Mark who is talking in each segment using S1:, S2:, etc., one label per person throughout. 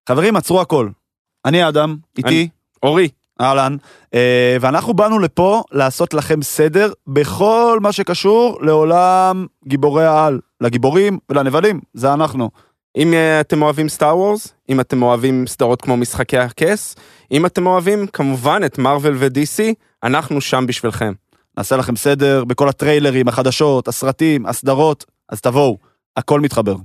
S1: חברים, עצרו הכל. אני אדם, איתי.
S2: אורי.
S1: אהלן. ואנחנו באנו לפה לעשות לכם סדר בכל מה שקשור לעולם גיבורי העל. לגיבורים ולנבלים, זה אנחנו.
S2: אם אתם אוהבים סטאר וורס, אם אתם אוהבים סדרות כמו משחקי הכס, אם אתם אוהבים כמובן את מרוול ו-DC, אנחנו שם בשבילכם.
S1: נעשה לכם סדר בכל הטריילרים, החדשות, הסרטים, הסדרות, אז תבואו, הכל מתחבר.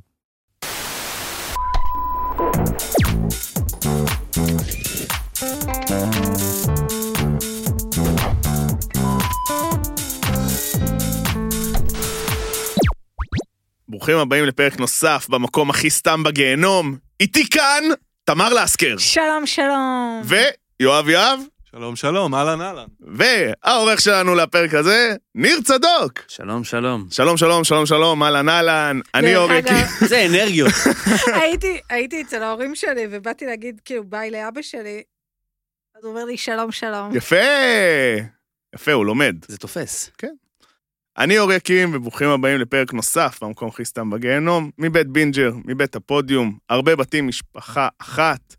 S3: ברוכים הבאים לפרק נוסף במקום הכי סתם בגיהנום. איתי כאן, תמר לסקר.
S4: שלום, שלום.
S3: ויואב יואב.
S5: שלום, שלום, אהלן, אהלן.
S3: והעורך שלנו לפרק הזה, ניר צדוק.
S6: שלום, שלום.
S3: שלום, שלום, שלום, שלום, אהלן, אהלן. אני אורי קים.
S6: זה אנרגיות.
S4: הייתי אצל ההורים שלי, ובאתי להגיד, כאילו, ביי לאבא שלי, אז הוא אומר לי, שלום, שלום.
S3: יפה. יפה, הוא לומד.
S6: זה תופס.
S3: כן. אני אורי קים, וברוכים הבאים לפרק נוסף במקום הכי סתם בגיהנום, מבית בינג'ר, מבית הפודיום, הרבה בתים, משפחה אחת.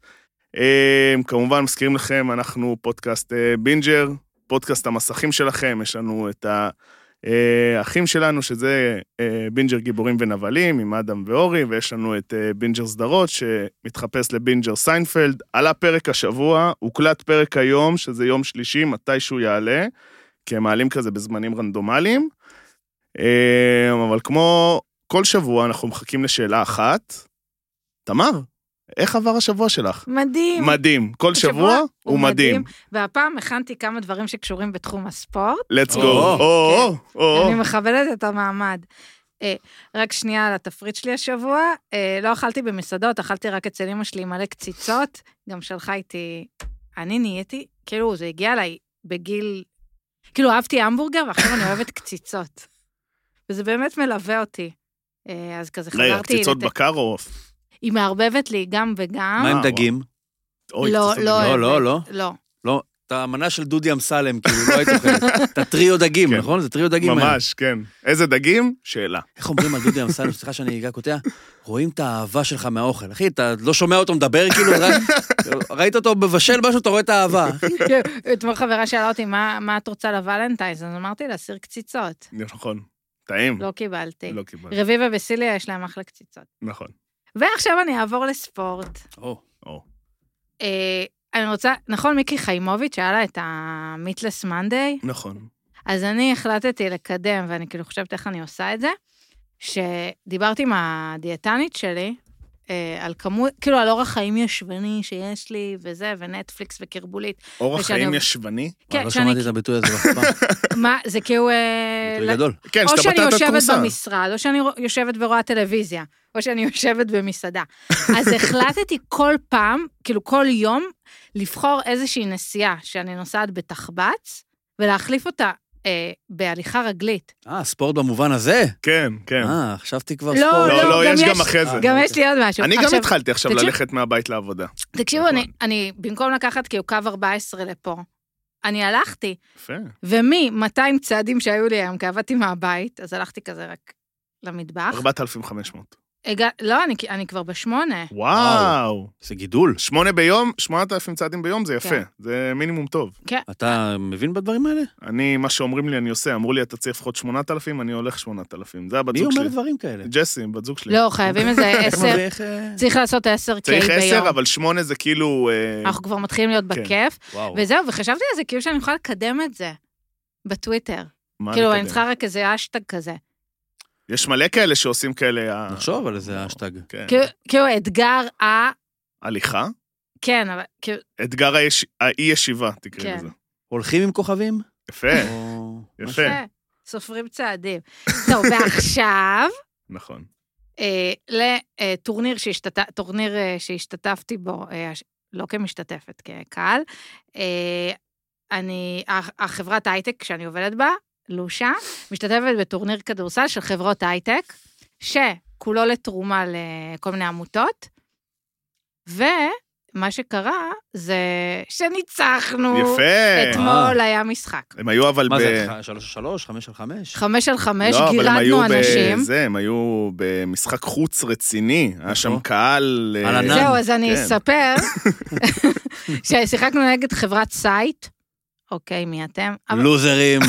S3: כמובן מזכירים לכם, אנחנו פודקאסט בינג'ר, פודקאסט המסכים שלכם, יש לנו את האחים שלנו, שזה בינג'ר גיבורים ונבלים, עם אדם ואורי, ויש לנו את בינג'ר סדרות, שמתחפש לבינג'ר סיינפלד. עלה פרק השבוע, הוקלט פרק היום, שזה יום שלישי, מתישהו יעלה, כי הם מעלים כזה בזמנים רנדומליים, אבל כמו כל שבוע אנחנו מחכים לשאלה אחת. תמר, איך עבר השבוע שלך?
S4: מדהים.
S3: מדהים. כל שבוע הוא מדהים.
S4: והפעם הכנתי כמה דברים שקשורים בתחום הספורט.
S3: Let's go.
S4: אני מכבדת את המעמד. רק שנייה על התפריט שלי השבוע. לא אכלתי במסעדות, אכלתי רק אצל אמא שלי מלא קציצות. גם שלחה איתי, אני נהייתי, כאילו זה הגיע אליי בגיל, כאילו אהבתי המבורגר ועכשיו אני אוהבת קציצות. וזה באמת מלווה אותי. אז כזה חזרתי...
S3: רגע, קציצות בקר או עוף?
S4: היא מערבבת לי גם וגם.
S6: מה עם דגים?
S4: לא.
S6: לא, את המנה של דודי אמסלם, כאילו לא היית אוכלת. את הטריו דגים, נכון? זה טריו דגים.
S3: ממש, כן. איזה דגים? שאלה.
S6: איך אומרים על דודי אמסלם? סליחה שאני אגע קוטע. רואים את האהבה שלך מהאוכל. אחי, אתה לא שומע אותו מדבר, כאילו, ראית אותו בבשל משהו, אתה רואה את האהבה.
S4: אתמול חברה שאלה אותי, מה את רוצה לוולנטייז? אז אמרתי לה, סיר קציצות.
S3: נכון. טעים.
S4: לא קיבלתי. רביבה וסיליה יש להם אחלה קציצות.
S3: נכון.
S4: ועכשיו אני אעבור לספורט. אני רוצה, נכון, מיקי חיימוביץ' היה לה את המיטלס מנדיי?
S3: נכון.
S4: אז אני החלטתי לקדם, ואני כאילו חושבת איך אני עושה את זה, שדיברתי עם הדיאטנית שלי, על כמות, כאילו על אורח חיים ישבני שיש לי, וזה, ונטפליקס וקרבולית.
S3: אורח חיים ישבני?
S4: כן,
S6: לא שמעתי את הביטוי הזה בחפה.
S4: מה, זה כאילו...
S6: ביטוי גדול.
S4: או שאני יושבת במשרד, או שאני יושבת ורואה טלוויזיה, או שאני יושבת במסעדה. אז החלטתי כל פעם, כאילו כל יום, לבחור איזושהי נסיעה שאני נוסעת בתחבץ, ולהחליף אותה בהליכה רגלית.
S6: ספורט במובן הזה?
S3: כן, כן.
S6: חשבתי כבר ספורט.
S3: לא, יש גם אחרי זה.
S4: גם יש לי עוד משהו.
S3: אני גם התחלתי עכשיו ללכת מהבית לעבודה.
S4: תקשיבו, אני במקום לקחת כאילו קו 14 לפה, אני הלכתי.
S3: יפה.
S4: ומ-200 צעדים שהיו לי היום, כי עבדתי מהבית, אז הלכתי כזה רק למטבח.
S3: 4,500.
S4: לא, אני כבר ב8.
S3: וואו.
S6: זה גידול.
S3: 8,000 צעדים ביום זה יפה. זה מינימום טוב.
S4: כן.
S6: אתה מבין בדברים האלה?
S3: מה שאומרים לי אני עושה, אמרו לי אתה צריך לפחות 8,000, אני הולך 8,000. זה הבת זוג שלי.
S6: מי אומר דברים כאלה?
S3: ג'סי, בת זוג שלי.
S4: לא, חייבים איזה 10. צריך לעשות 10 K ביום.
S3: צריך 10, אבל 8 זה כאילו...
S4: אנחנו כבר מתחילים להיות בכיף. וזהו, וחשבתי על זה כאילו שאני יכולה לקדם את זה בטוויטר. כאילו, אני צריכה רק איזה אשטג כזה.
S3: יש מלא כאלה שעושים כאלה...
S6: נחשוב על איזה אשטג.
S4: כאילו, אתגר
S3: הליכה?
S4: כן, אבל...
S3: אתגר האי-ישיבה, תקראי לזה.
S6: הולכים עם כוכבים?
S3: יפה. יפה.
S4: סופרים צעדים. טוב, ועכשיו...
S3: נכון.
S4: לטורניר שהשתתפתי בו, לא כמשתתפת, כקהל, החברת הייטק שאני עובדת בה, לושה, משתתפת בטורניר כדורסל של חברות הייטק, שכולו לתרומה לכל מיני עמותות, ומה שקרה, זה שניצחנו.
S3: יפה.
S4: אתמול היה משחק.
S3: הם היו אבל
S6: מה זה, 3-3, 5-5?
S4: 5-5,
S3: לא, אבל הם היו
S4: גירדנו אנשים.
S3: הם היו במשחק חוץ רציני. היה שם קהל...
S6: על ענן.
S4: זהו, אז אני
S3: כן.
S4: אספר ששיחקנו נגד חברת סייט. אוקיי, מי אתם?
S6: לוזרים.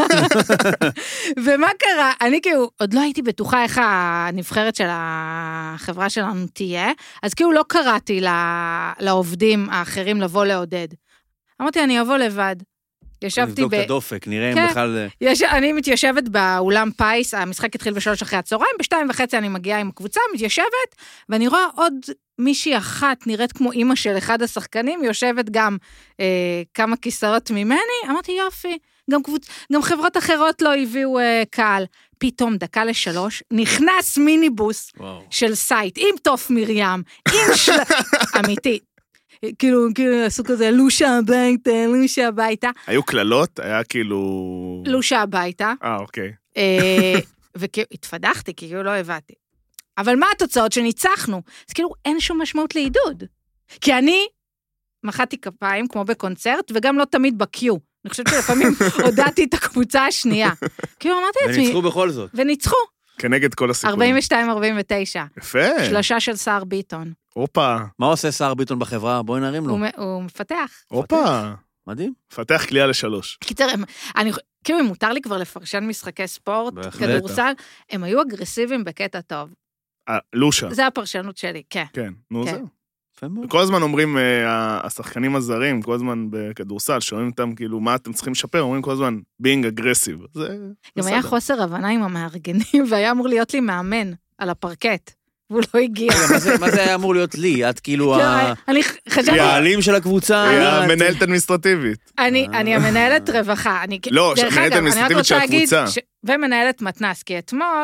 S4: ומה קרה? אני כאילו, עוד לא הייתי בטוחה איך הנבחרת של החברה שלנו תהיה, אז כאילו לא קראתי לעובדים האחרים לבוא לעודד. אמרתי, אני אבוא לבד. ישבתי
S6: נבדוק את הדופק, נראה
S4: כן.
S6: אם בכלל...
S4: אני מתיישבת באולם פייס, המשחק התחיל ב3 אחרי הצהריים, ב2:30 אני מגיעה עם הקבוצה, מתיישבת, ואני רואה עוד מישהי אחת, נראית כמו אימא של אחד השחקנים, יושבת גם כמה כיסאות ממני, אמרתי יופי, גם חברות אחרות לא הביאו קהל. פתאום 2:50, נכנס מיניבוס של סייט, עם תוף מרים, עם אמיתי. כאילו עשו כזה, לושה הביתה.
S3: היו כללות? היה כאילו...
S4: לושה הביתה.
S3: אוקיי.
S4: וכאילו, התפדחתי, כי כאילו לא הבאתי. אבל מה התוצאות שניצחנו? אז כאילו, אין שום משמעות לעידוד. כי אני מחאתי כפיים, כמו בקונצרט, וגם לא תמיד בקיו. אני חושבת שלפעמים הודעתי את הקבוצה השנייה. כאילו, אמרתי לעצמי...
S6: וניצחו בכל זאת.
S4: וניצחו.
S3: כנגד כל הסיכויים.
S4: 42-49.
S3: יפה.
S4: 3 של סער ביטון.
S3: הופה.
S6: מה עושה סער ביטון בחברה? בואי נרים לו.
S4: הוא מפתח.
S3: הופה.
S6: מדהים.
S3: פתח קליעה ל3.
S4: קיצר, כאילו, אם מותר לי כבר לפרשן משחקי ספורט, כדורסל, הם היו אגרסיביים בקטע טוב.
S3: לושה.
S4: זה הפרשנות שלי, כן.
S3: כן, נו
S4: כן.
S3: זהו. כל הזמן אומרים, השחקנים הזרים, כל הזמן בכדורסל, שואלים אותם כאילו, מה אתם צריכים לשפר? אומרים כל הזמן, being aggressive.
S4: גם היה חוסר הבנה עם המארגנים, והיה אמור להיות לי מאמן על הפרקט, והוא לא הגיע.
S6: מה זה היה אמור להיות לי? את כאילו
S4: אני חשבתי...
S6: העלים של הקבוצה?
S3: היא המנהלת אדמיניסטרטיבית.
S4: אני המנהלת רווחה.
S3: לא, מנהלת אדמיניסטרטיבית של הקבוצה.
S4: ומנהלת מתנ"ס, כי אתמול,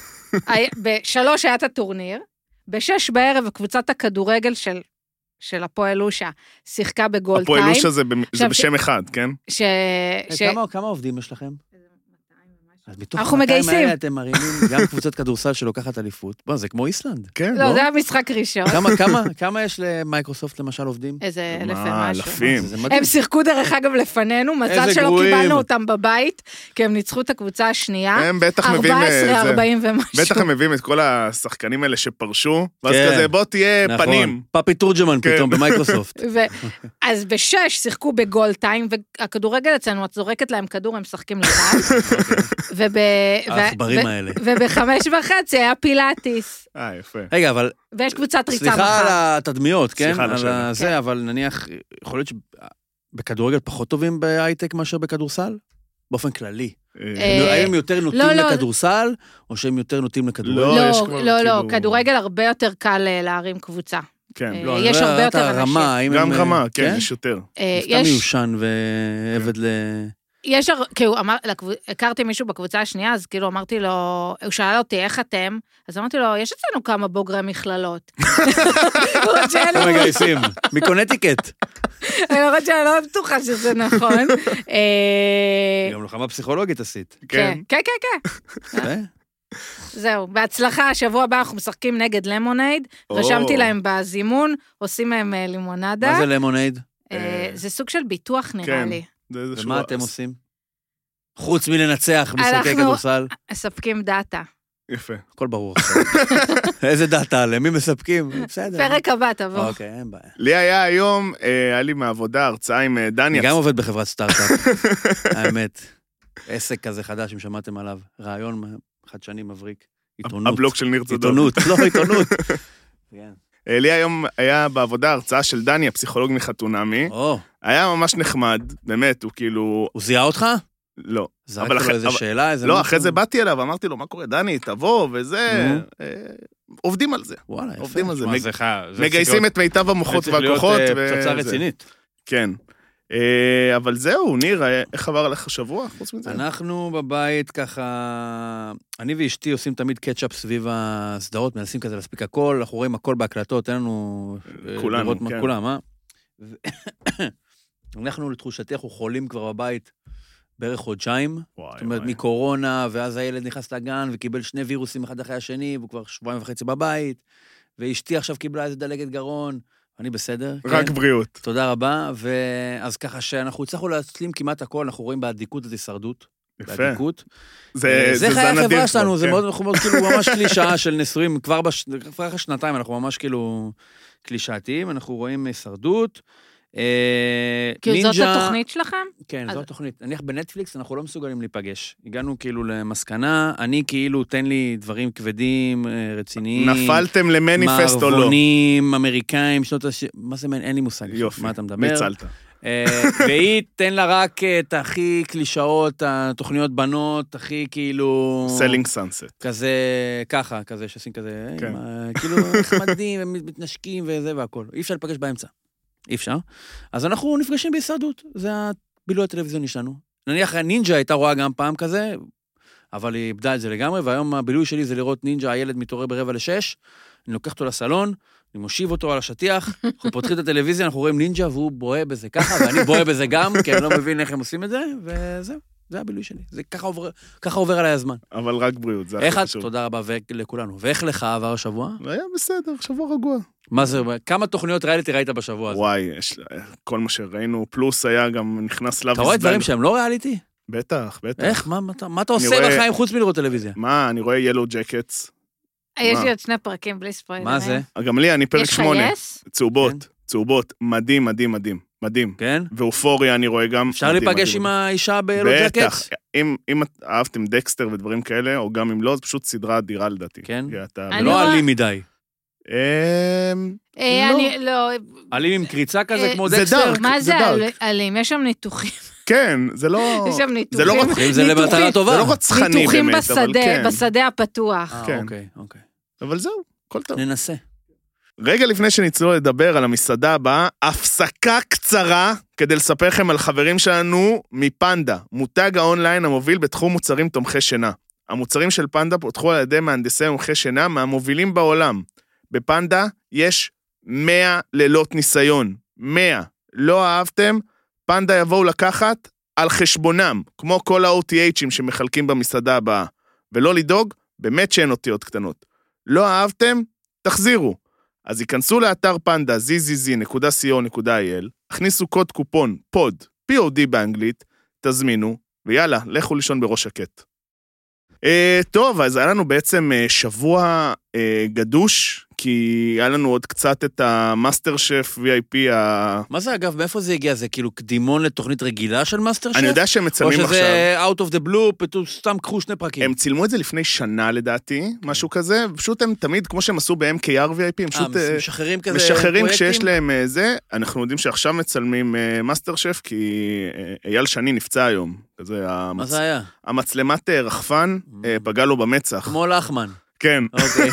S4: ב3 היה את הטורניר, ב6 בערב, קבוצת הכדורגל של הפועל לושה שיחקה בגול טיים.
S3: הפועל לושה זה בשם אחד, כן?
S6: כמה עובדים יש לכם? אז מתוך
S4: אנחנו
S6: 200
S4: מגייסים.
S6: האלה אתם מרימים גם קבוצת כדורסל שלוקחת אליפות. בוא, זה כמו איסלנד.
S3: כן,
S4: לא, זה היה משחק ראשון.
S6: כמה יש למייקרוסופט למשל עובדים?
S4: איזה 1,000
S3: מה,
S4: ומשהו.
S3: אלפים.
S4: הם שיחקו דרך אגב לפנינו, מזל שלא קיבלנו אותם בבית, כי הם ניצחו את הקבוצה השנייה.
S3: הם בטח מביאים...
S4: 14-40 ומשהו.
S3: בטח הם מביאים את כל השחקנים האלה שפרשו, ואז כזה, בוא תהיה פנים.
S6: פאפי תורג'מן פתאום במייקרוסופט.
S4: אז ב6 שיחקו בגול טיים, והכדורגל אצלנו, את זורקת להם כדור, הם משחקים לבד.
S6: העכברים האלה.
S4: וב5:30 היה פילאטיס.
S3: יפה.
S6: רגע, אבל...
S4: ויש קבוצת ריצה מחר.
S6: סליחה על התדמיות, כן?
S3: סליחה על השאלה.
S6: על זה, אבל נניח, יכול להיות שבכדורגל פחות טובים בהייטק מאשר בכדורסל? באופן כללי. האם הם יותר נוטים לכדורסל, או שהם יותר נוטים לכדורגל?
S4: לא, כדורגל הרבה יותר קל להרים קבוצה.
S3: כן.
S4: יש הרבה יותר אנשים.
S3: גם רמה, כן, יש יותר.
S6: סתם מיושן ועבד ל...
S4: כאילו, הכרתי מישהו בקבוצה השנייה, אז כאילו אמרתי לו, הוא שאל אותי, איך אתם? אז אמרתי לו, יש אצלנו כמה בוגרי מכללות.
S6: לא מגייסים, מקונטיקט.
S4: למרות שאני לא בטוחה שזה נכון.
S6: גם לוחמה פסיכולוגית עשית.
S3: כן.
S4: כן. זהו, בהצלחה, השבוע הבא אנחנו משחקים נגד למונייד, רשמתי להם בזימון, עושים להם לימונדה.
S6: מה זה למונייד?
S4: זה סוג של ביטוח נראה לי.
S6: ומה אתם עושים? חוץ מלנצח משחקי כדורסל?
S4: אנחנו מספקים דאטה.
S3: יפה.
S6: הכל ברור. איזה דאטה? למי מספקים? בסדר.
S4: פרק הבא, תבוא.
S6: אוקיי, אין בעיה.
S3: לי היה היום, היה לי מהעבודה הרצאה עם דני.
S6: אני גם עובד בחברת סטארט-אפ. האמת. עסק כזה חדש, אם שמעתם עליו. רעיון חדשני מבריק. עיתונות.
S3: הבלוק של ניר צדוק.
S6: עיתונות, לא עיתונות. כן.
S3: לי היום היה בעבודה הרצאה של דני, הפסיכולוג מחתונמי. היה ממש נחמד, באמת, הוא כאילו...
S6: הוא זיהה אותך?
S3: לא.
S6: זרקת לו איזה שאלה, איזה...
S3: לא, אחרי זה באתי אליו, אמרתי לו, מה קורה, דני, תבוא, וזה... עובדים על זה.
S6: וואלה, יפה.
S3: עובדים על זה.
S6: זה
S3: מגייסים את מיטב המוחות והכוחות.
S6: זה צריך להיות פצצה רצינית.
S3: כן. אבל זהו, ניר, איך עבר עליך שבוע, חוץ מזה?
S6: אנחנו בבית ככה, אני ואשתי עושים תמיד קטשאפ סביב הסדרות, מנסים כזה להספיק הכל, אנחנו רואים הכל בהקלטות, אין לנו...
S3: כולנו, כן.
S6: כולם, אנחנו לתחושתי, אנחנו חולים כבר בבית בערך חודשיים, זאת אומרת מקורונה, ואז הילד נכנס לגן וקיבל 2 וירוסים אחד אחרי השני, והוא כבר 2.5 שבועות בבית, ואשתי עכשיו קיבלה איזה דלקת גרון, אני בסדר.
S3: רק
S6: כן.
S3: בריאות.
S6: תודה רבה, ואז ככה שאנחנו הצלחנו להצלים כמעט הכל, אנחנו רואים באדיקות את הישרדות.
S3: יפה.
S6: באדיקות.
S3: זה
S6: זה חיי
S3: נדיר
S6: החברה שלנו,
S3: כבר,
S6: זה
S3: כן.
S6: מאוד כאילו ממש קלישאה של נשואים, כבר אחרי שנתיים אנחנו ממש כאילו קלישאתיים, אנחנו רואים הישרדות.
S4: כאילו זאת התוכנית שלכם?
S6: כן, זו התוכנית. נניח בנטפליקס אנחנו לא מסוגלים להיפגש. הגענו כאילו למסקנה, אני כאילו תן לי דברים כבדים, רציניים.
S3: נפלתם למניפסט או לא?
S6: מערבונים, אמריקאים, מה זה, אין לי מושג.
S3: יופי,
S6: מה אתה מדבר?
S3: ניצלת.
S6: והיא תן לה רק את הכי קלישאות, התוכניות בנות, הכי כאילו...
S3: סלינג סאנסט.
S6: כזה, ככה, כזה, שעושים כזה,
S3: כן.
S6: כאילו נחמדים, הם מתנשקים וזה והכל. אי אפשר לפגש באמצע. אי אפשר. אז אנחנו נפגשים בהישרדות. זה הבילוי הטלוויזיוני שלנו. נניח נינג'ה הייתה רואה גם פעם כזה, אבל היא איבדה את זה לגמרי, והיום הבילוי שלי זה לראות נינג'ה, הילד מתעורר 5:45, אני לוקח אותו לסלון, אני מושיב אותו על השטיח, אנחנו פותחים את הטלוויזיה, אנחנו רואים נינג'ה, והוא בוהה בזה ככה, ואני בוהה בזה גם, כי אני לא מבין איך הם עושים את זה, וזהו, זה הבילוי שלי. זה ככה עובר עליי הזמן.
S3: אבל רק בריאות, זה
S6: איך
S3: הכי
S6: את?
S3: חשוב.
S6: תודה רבה לכולנו. ואיך לך עבר השבוע?
S3: היה בסדר, שבוע רגוע.
S6: מה זה, כמה תוכניות ריאליטי ראית בשבוע הזה?
S3: וואי, כל מה שראינו, פלוס היה גם נכנס לאו
S6: אתה רואה דברים שהם לא ריאליטי?
S3: בטח, בטח.
S6: איך? מה אתה עושה בחיים חוץ מלראות טלוויזיה?
S3: מה, אני רואה ילו ג'קטס.
S4: יש לי עוד 2 פרקים בלי ספוילרים.
S6: מה זה?
S3: גם לי, אני פרק 8.
S4: יש לך יס?
S3: צהובות, צהובות. מדהים, מדהים, מדהים. מדהים.
S6: כן?
S3: ואופוריה אני רואה גם.
S6: אפשר להיפגש עם האישה באילו
S3: בטח.
S6: ג'קטס?
S3: אם אהבתם דקסטר ודברים כאלה, או גם אם לא, זה פשוט סדרה אדירה לדעתי.
S6: כן?
S4: אני
S6: לא
S4: רואה-
S6: אלים מדי.
S4: אני לא...
S6: אלים עם קריצה כזה כמו
S3: זה
S6: דקסטר?
S3: דארק.
S4: מה
S3: זה
S4: זה
S3: דארק.
S4: אלים? יש שם ניתוחים.
S3: כן, זה לא...
S4: יש שם
S3: זה לא
S4: ניתוחים.
S3: רוצח-
S6: אם זה למטרה טובה.
S3: זה לא רצחני
S4: ניתוחים
S3: באמת, אבל כן.
S4: בשדה הפתוח.
S3: כן.
S6: אוקיי.
S3: אבל זהו, הכל טוב.
S6: ננסה.
S3: רגע לפני שנצלול לדבר על המסעדה הבאה, הפסקה קצרה כדי לספר לכם על חברים שלנו מפנדה, מותג האונליין המוביל בתחום מוצרים תומכי שינה. המוצרים של פנדה פותחו על ידי מהנדסי תומכי שינה מהמובילים בעולם. בפנדה יש 100 לילות ניסיון. 100. לא אהבתם? פנדה יבואו לקחת על חשבונם, כמו כל ה-OTH'ים שמחלקים במסעדה הבאה. ולא לדאוג, באמת שאין אותיות קטנות. לא אהבתם? תחזירו. אז ייכנסו לאתר פנדה, zzz.co.il, הכניסו קוד קופון POD, POD באנגלית, תזמינו, ויאללה, לכו לישון בראש שקט. טוב, אז היה לנו בעצם שבוע גדוש, כי היה לנו עוד קצת את המאסטר שף VIP
S6: מה זה אגב, מאיפה זה הגיע? זה כאילו קדימון לתוכנית רגילה של מאסטר שף?
S3: אני יודע שהם מצלמים
S6: או
S3: עכשיו.
S6: שזה out of the blue, פתאום סתם קחו 2 פרקים.
S3: הם צילמו את זה לפני שנה לדעתי, משהו כזה, פשוט הם תמיד, כמו שהם עשו ב-MKR VIP, הם פשוט
S6: משחררים כזה
S3: משחררים כשיש
S6: פרויקטים?
S3: להם זה, אנחנו יודעים שעכשיו מצלמים מאסטר שף, כי אייל שני נפצע היום, כזה
S6: מה זה היה?
S3: המצלמת רחפן פגע לו במצח.
S6: כמו לחמן.
S3: כן.
S6: אוקיי.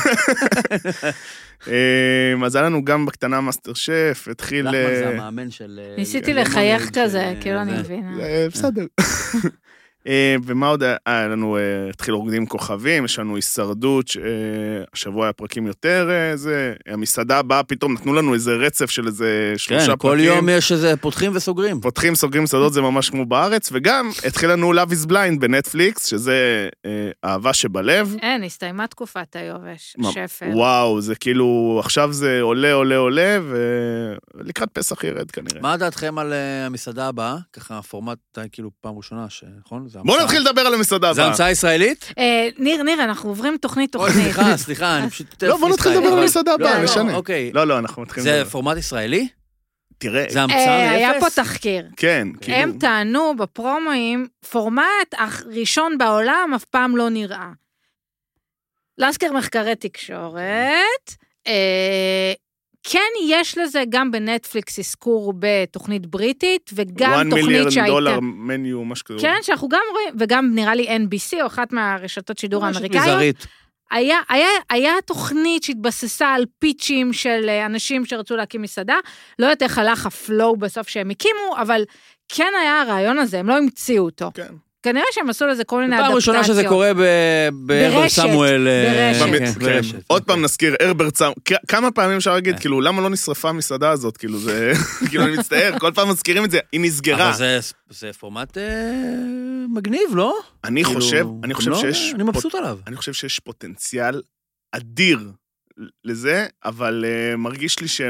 S3: אז היה לנו גם בקטנה מאסטר שף, התחיל...
S6: לחמן זה המאמן של...
S4: ניסיתי
S6: למונייד
S4: לחייך
S6: של-
S4: כזה, כאילו אני מבינה.
S3: בסדר. ומה עוד היה לנו, התחילו רוקדים כוכבים, יש לנו הישרדות, השבוע היה פרקים יותר, המסעדה הבאה, פתאום נתנו לנו איזה רצף של איזה 3
S6: כן,
S3: פרקים.
S6: כל יום יש איזה פותחים וסוגרים.
S3: פותחים, סוגרים מסעדות, זה ממש כמו בארץ, וגם התחיל לנו Love is Blind בנטפליקס, שזה אהבה שבלב.
S4: אין, הסתיימה תקופת היובש, שפל.
S3: וואו, זה כאילו, עכשיו זה עולה, עולה, עולה, ולקראת פסח ירד כנראה.
S6: מה דעתכם על המסעדה הבאה? ככה הפורמט כאילו פעם ראשונה, נכון?
S3: בואו נתחיל לדבר על המסעדה
S6: זה
S3: הבאה.
S6: המצאה ישראלית?
S4: ניר, אנחנו עוברים תוכנית.
S6: אוי, סליחה, אני פשוט...
S3: לא, בוא נתחיל לדבר על המסעדה הבאה,
S6: לא,
S3: נשנה.
S6: אוקיי.
S3: לא, אנחנו מתחילים
S6: זה
S3: לדבר.
S6: פורמט ישראלי?
S3: תראה,
S6: זה המצאה
S4: היה פה
S6: מאפס?
S4: תחקיר.
S3: כן, כאילו...
S4: הם טענו בפרומואים, פורמט ראשון בעולם אף פעם לא נראה. לסקר מחקרי תקשורת, כן יש לזה גם בנטפליקס אזכור בתוכנית בריטית, וגם תוכנית שהייתה...
S3: $1 מיליון מניו, משהו כזה.
S4: כן, שאנחנו גם רואים, וגם נראה לי NBC, או אחת מהרשתות שידור האמריקאיות.
S6: מזערית.
S4: היה תוכנית שהתבססה על פיצ'ים של אנשים שרצו להקים מסעדה, לא יודעת איך הלך הפלואו בסוף שהם הקימו, אבל כן היה הרעיון הזה, הם לא המציאו אותו.
S3: כן.
S4: כנראה שהם עשו לזה כל מיני
S6: פעם
S4: אדפטציות.
S6: ראשונה שזה קורה בהרברט סמואל.
S4: ברשת.
S3: כן. עוד פעם נזכיר, הרברט סמואל, כמה פעמים אפשר להגיד, כאילו, למה לא נשרפה המסעדה הזאת? כאילו, זה, כאילו, אני מצטער, כל פעם מזכירים את זה, היא נסגרה.
S6: אבל זה פורמט מגניב, לא?
S3: אני חושב שיש...
S6: אני מבסוט עליו.
S3: אני חושב שיש פוטנציאל אדיר לזה, אבל מרגיש לי שהם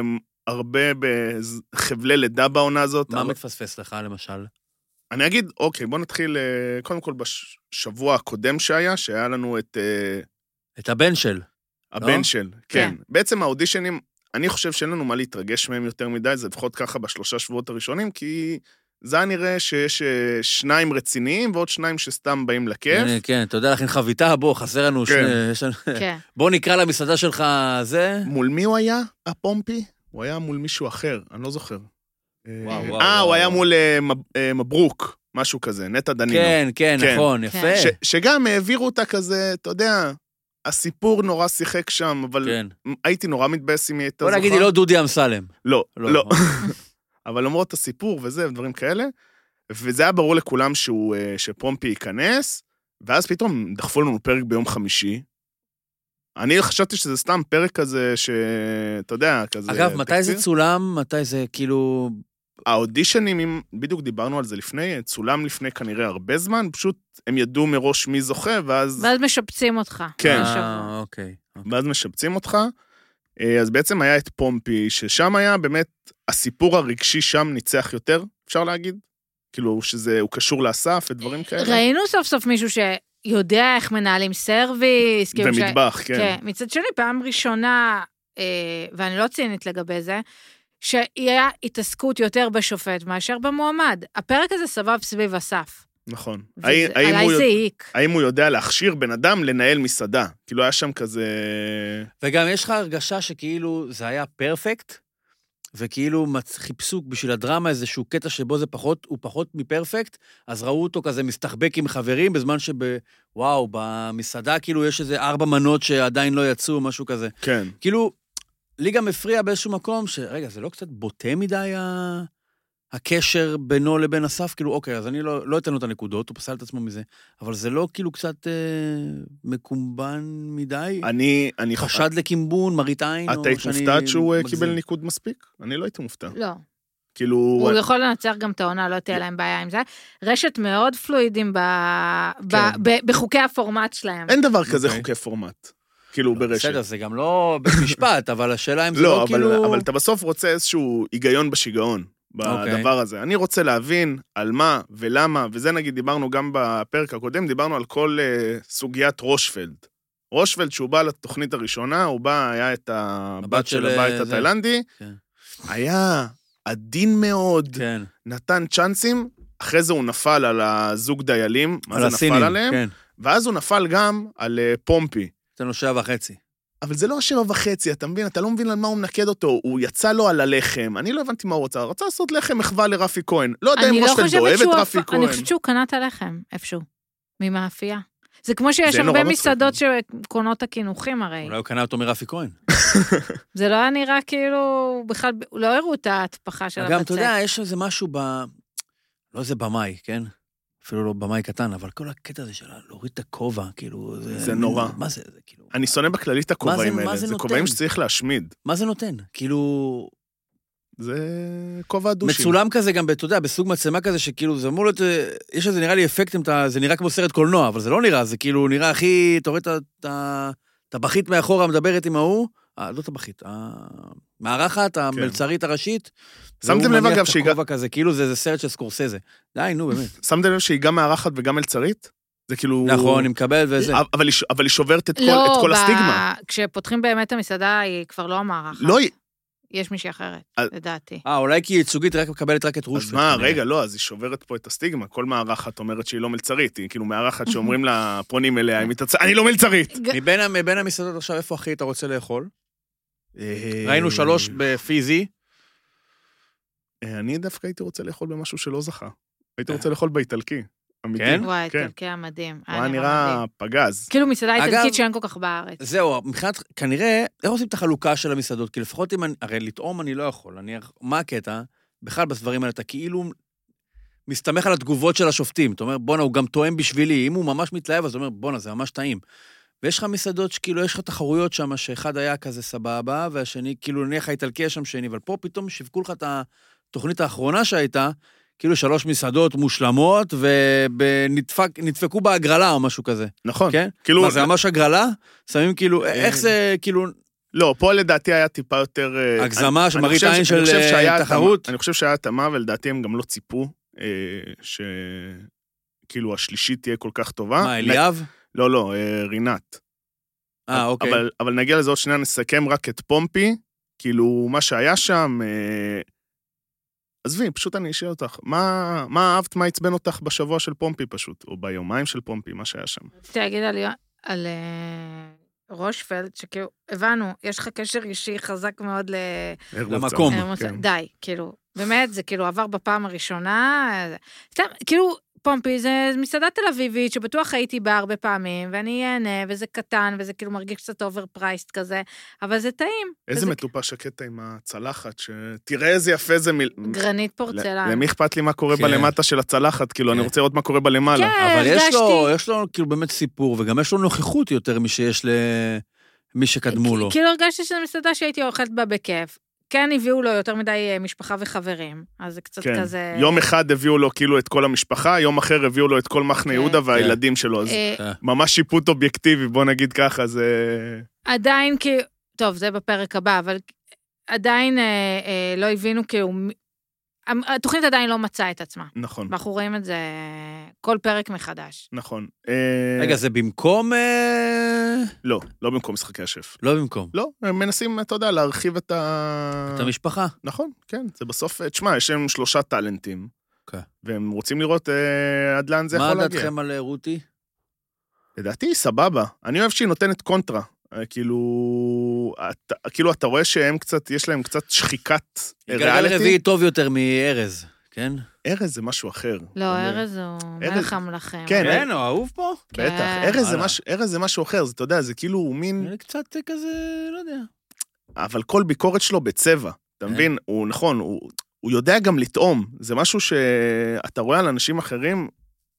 S3: הרבה בחבלי לידה בעונה הזאת.
S6: מה מתפספס לך, למשל?
S3: אני אגיד, אוקיי, בוא נתחיל, קודם כל בשבוע הקודם שהיה לנו
S6: את הבן של.
S3: הבן של, כן. בעצם האודישנים, אני חושב שאין לנו מה להתרגש מהם יותר מדי, זה לפחות ככה בשלושה שבועות הראשונים, כי זה נראה שיש 2 רציניים, ועוד 2 שסתם באים לכיף.
S6: כן, אתה יודע לכן חביתה, בוא, חסר לנו
S4: כן.
S6: בוא נקרא למסעדה שלך זה.
S3: מול מי הוא היה, הפומפי? הוא היה מול מישהו אחר, אני לא זוכר.
S6: וואו.
S3: הוא היה מול מברוק, משהו כזה, נטע דנינו.
S6: כן, נכון, יפה.
S3: שגם העבירו אותה כזה, אתה יודע, הסיפור נורא שיחק שם, אבל הייתי נורא מתבאס אם היא הייתה
S6: זוכה. בוא נגיד, היא לא דודי אמסלם.
S3: לא. אבל למרות הסיפור וזה, ודברים כאלה, וזה היה ברור לכולם שפומפי ייכנס, ואז פתאום דחפו לנו פרק ביום חמישי. אני חשבתי שזה סתם פרק כזה, שאתה יודע, כזה...
S6: אגב, מתי זה צולם? מתי זה כאילו...
S3: האודישנים, בדיוק דיברנו על זה לפני, צולם לפני כנראה הרבה זמן, פשוט הם ידעו מראש מי זוכה, ואז
S4: משפצים אותך.
S3: כן.
S6: אוקיי.
S3: ואז משפצים אותך. אז בעצם היה את פומפי, ששם היה באמת, הסיפור הרגשי שם ניצח יותר, אפשר להגיד? כאילו שהוא קשור לאסף ודברים כאלה.
S4: ראינו סוף סוף מישהו שיודע איך מנהלים סרוויס.
S3: במטבח, כן.
S4: מצד שני, פעם ראשונה, ואני לא צינית לגבי זה, שיהיה התעסקות יותר בשופט מאשר במועמד. הפרק הזה סבב סביב אסף.
S3: נכון.
S4: עליי זה העיק.
S3: האם הוא יודע להכשיר בן אדם לנהל מסעדה? כאילו היה שם כזה...
S6: וגם יש לך הרגשה שכאילו זה היה פרפקט, וכאילו חיפשו בשביל הדרמה איזשהו קטע שבו זה הוא פחות מפרפקט, אז ראו אותו כזה מסתחבק עם חברים, בזמן וואו, במסעדה כאילו יש איזה 4 מנות שעדיין לא יצאו, משהו כזה.
S3: כן.
S6: כאילו, לי גם הפריע באיזשהו מקום, רגע, זה לא קצת בוטה מדי הקשר בינו לבין אסף? כאילו, אוקיי, אז אני לא אתן לו את הנקודות, הוא פסל את עצמו מזה, אבל זה לא כאילו קצת מקומבן מדי?
S3: אני
S6: חשד לקימבון, מראית עין?
S3: אתה היית מופתעת שהוא קיבל ניקוד מספיק? אני לא הייתי מופתע.
S4: לא.
S3: כאילו...
S4: הוא יכול לנצח גם את העונה, לא תהיה להם בעיה עם זה. רשת מאוד פלואידים בחוקי הפורמט שלהם.
S3: אין דבר כזה חוקי פורמט. כאילו ברשת.
S6: בסדר, זה גם לא במשפט, אבל השאלה אם זה לא כאילו...
S3: לא, אבל אתה בסוף רוצה איזשהו היגיון בשיגעון בדבר הזה. אני רוצה להבין על מה ולמה, וזה נגיד דיברנו גם בפרק הקודם, דיברנו על כל סוגיית רושפלד. רושפלד, שהוא בא לתוכנית הראשונה, הוא בא, היה את הבת של הבית התאילנדי, היה עדין מאוד, נתן צ'אנסים, אחרי זה הוא נפל על הזוג דיילים, מה זה נפל עליהם, ואז הוא נפל גם על פומפי.
S6: זה לו 7.5.
S3: אבל זה לא 7.5, אתה מבין? אתה לא מבין על מה הוא מנקד אותו. הוא יצא לו על הלחם. אני לא הבנתי מה הוא רצה. רצה לעשות לחם מחווה לרפי כהן. לא יודע אם רושפלד אוהב את רפי כהן.
S4: אני חושבת שהוא קנה את הלחם, איפשהו. ממאפייה. זה כמו שיש הרבה מסעדות שקונות הכינוחים הרי.
S6: אולי הוא קנה אותו מרפי כהן.
S4: זה לא היה נראה כאילו, בכלל, לא הראו את ההטפחה של הבצק.
S6: גם, אתה יודע, יש איזה משהו לא זה במאי, כן? אפילו לא במאי קטן, אבל כל הקטע הזה שלה, להוריד את הכובע, כאילו...
S3: זה נורא.
S6: מה זה, כאילו...
S3: אני שונא בכללי את הכובעים האלה. זה כובעים שצריך להשמיד.
S6: מה זה נותן? כאילו...
S3: זה כובע דושי.
S6: מצולם כזה גם, אתה יודע, בסוג מצלמה כזה, שכאילו, זה אמור להיות... יש איזה, נראה לי אפקטים, זה נראה כמו סרט קולנוע, אבל זה לא נראה, זה כאילו נראה הכי... אתה רואה את הבחית מאחורה, מדברת עם ההוא, לא את הבחית, המערכת, המלצרית הראשית,
S3: שמתם לב אגב
S6: שהיא גם... כזה, כאילו זה סרט של סקורסזה. די, נו, באמת.
S3: שמתם לב שהיא גם מארחת וגם מלצרית? זה כאילו...
S6: נכון, היא מקבלת וזה.
S3: אבל היא שוברת את כל הסטיגמה.
S4: לא, כשפותחים באמת המסעדה, היא כבר לא המארחת.
S3: לא,
S4: יש מישהי אחרת, לדעתי.
S6: אולי כי היא ייצוגית רק מקבלת רק את רושפלד.
S3: אז מה, רגע, לא, אז היא שוברת פה את הסטיגמה. כל מארחת אומרת שהיא לא מלצרית. היא כאילו מארחת שאומרים לה, פונים אליה, אני לא מלצרית.
S6: מבין המסעדות עכשיו, איפה הכי אתה רוצה לאכול? ראינו 3 בפיזי.
S3: אני דווקא הייתי רוצה לאכול במשהו שלא זכה. הייתי רוצה לאכול באיטלקי.
S6: כן?
S4: וואי, איטלקי המדהים.
S3: היה נראה פגז.
S4: כאילו מסעדה איטלקית שאין כל כך בארץ.
S6: זהו, מבחינת, כנראה, איך עושים את החלוקה של המסעדות? כי לפחות אם, הרי לטעום אני לא יכול. מה הקטע? בכלל בסברים האלה, אתה כאילו מסתמך על התגובות של השופטים. אתה אומר, בונה, הוא גם טועם בשבילי. אם הוא ממש מתלהב, אז הוא אומר, בונה, זה ממש טעים. ויש לך מסעדות שכאילו יש לך תחרויות שם, שאחד היה כזה סבבה, והשני, כאילו נניח האיטלקי יש שם שני, אבל פה פתאום שיווקו לך את התוכנית האחרונה שהייתה, כאילו 3 מסעדות מושלמות, ונדפקו בהגרלה או משהו כזה.
S3: נכון.
S6: כן?
S3: כאילו...
S6: מה, זה ממש הגרלה? שמים כאילו, איך זה, כאילו,
S3: לא, פה לדעתי היה טיפה יותר...
S6: הגזמה שמראית עין של תחרות.
S3: אני חושב שהיה התאמה, ולדעתי הם גם לא ציפו שכאילו השלישית תהיה כל כך טובה.
S6: מה, אליאב?
S3: לא, רינת.
S6: אוקיי.
S3: אבל נגיע לזה עוד שנייה, נסכם רק את פומפי, כאילו מה שהיה שם... עזבי, פשוט אני אשאל אותך, מה אהבת, מה עצבן אותך בשבוע של פומפי פשוט, או ביומיים של פומפי, מה שהיה שם?
S4: תגיד על רושפלד, שכאילו, הבנו, יש לך קשר אישי חזק מאוד
S6: למקום.
S4: די, כאילו, באמת, זה כאילו עבר בפעם הראשונה, כאילו, פומפי זה מסעדה תל אביבית, שבטוח הייתי בה הרבה פעמים, ואני אהנה, וזה קטן, וזה כאילו מרגיש קצת אוברפרייסט כזה, אבל זה טעים.
S3: איזה מטופש הקטע עם הצלחת, שתראה איזה יפה זה
S4: גרנית פורצלן.
S3: למי אכפת לי מה קורה בלמטה של הצלחת, כאילו אני רוצה לראות מה קורה בלמעלה.
S4: כן,
S6: אבל יש לו כאילו באמת סיפור, וגם יש לו נוכחות יותר משיש למי שקדמו לו.
S4: כאילו הרגשתי שזו מסעדה שהייתי אוכלת בה בכיף. כן הביאו לו יותר מדי משפחה וחברים, אז זה קצת כזה...
S3: יום אחד הביאו לו כאילו את כל המשפחה, יום אחר הביאו לו את כל מחנה יהודה והילדים שלו, אז ממש שיפוט אובייקטיבי, בוא נגיד ככה, זה...
S4: עדיין כאילו, טוב, זה בפרק הבא, אבל עדיין לא הבינו כאילו... התוכנית עדיין לא מצאה את עצמה.
S3: נכון.
S4: ואנחנו רואים את זה כל פרק מחדש.
S3: נכון.
S6: רגע, זה במקום...
S3: לא במקום משחקי השף.
S6: לא במקום.
S3: לא, הם מנסים, אתה יודע, להרחיב את
S6: המשפחה.
S3: נכון, כן, זה בסוף, תשמע, יש להם 3 טלנטים, והם רוצים לראות עד לאן זה יכול להגיע.
S6: מה דעתכם על רותי?
S3: לדעתי, סבבה. אני אוהב שהיא נותנת קונטרה. כאילו אתה רואה שהם קצת, יש להם קצת שחיקת
S6: ריאליטי. גלגל רביעי טוב יותר מארז, כן?
S3: ארז זה משהו אחר.
S4: לא, ארז הוא מלך המלכים.
S6: כן, הוא אהוב פה?
S3: בטח, ארז זה משהו אחר, אתה יודע, זה כאילו מין...
S6: קצת כזה, לא יודע.
S3: אבל כל ביקורת שלו בצבע, אתה מבין? הוא נכון, הוא יודע גם לטעום. זה משהו שאתה רואה על אנשים אחרים,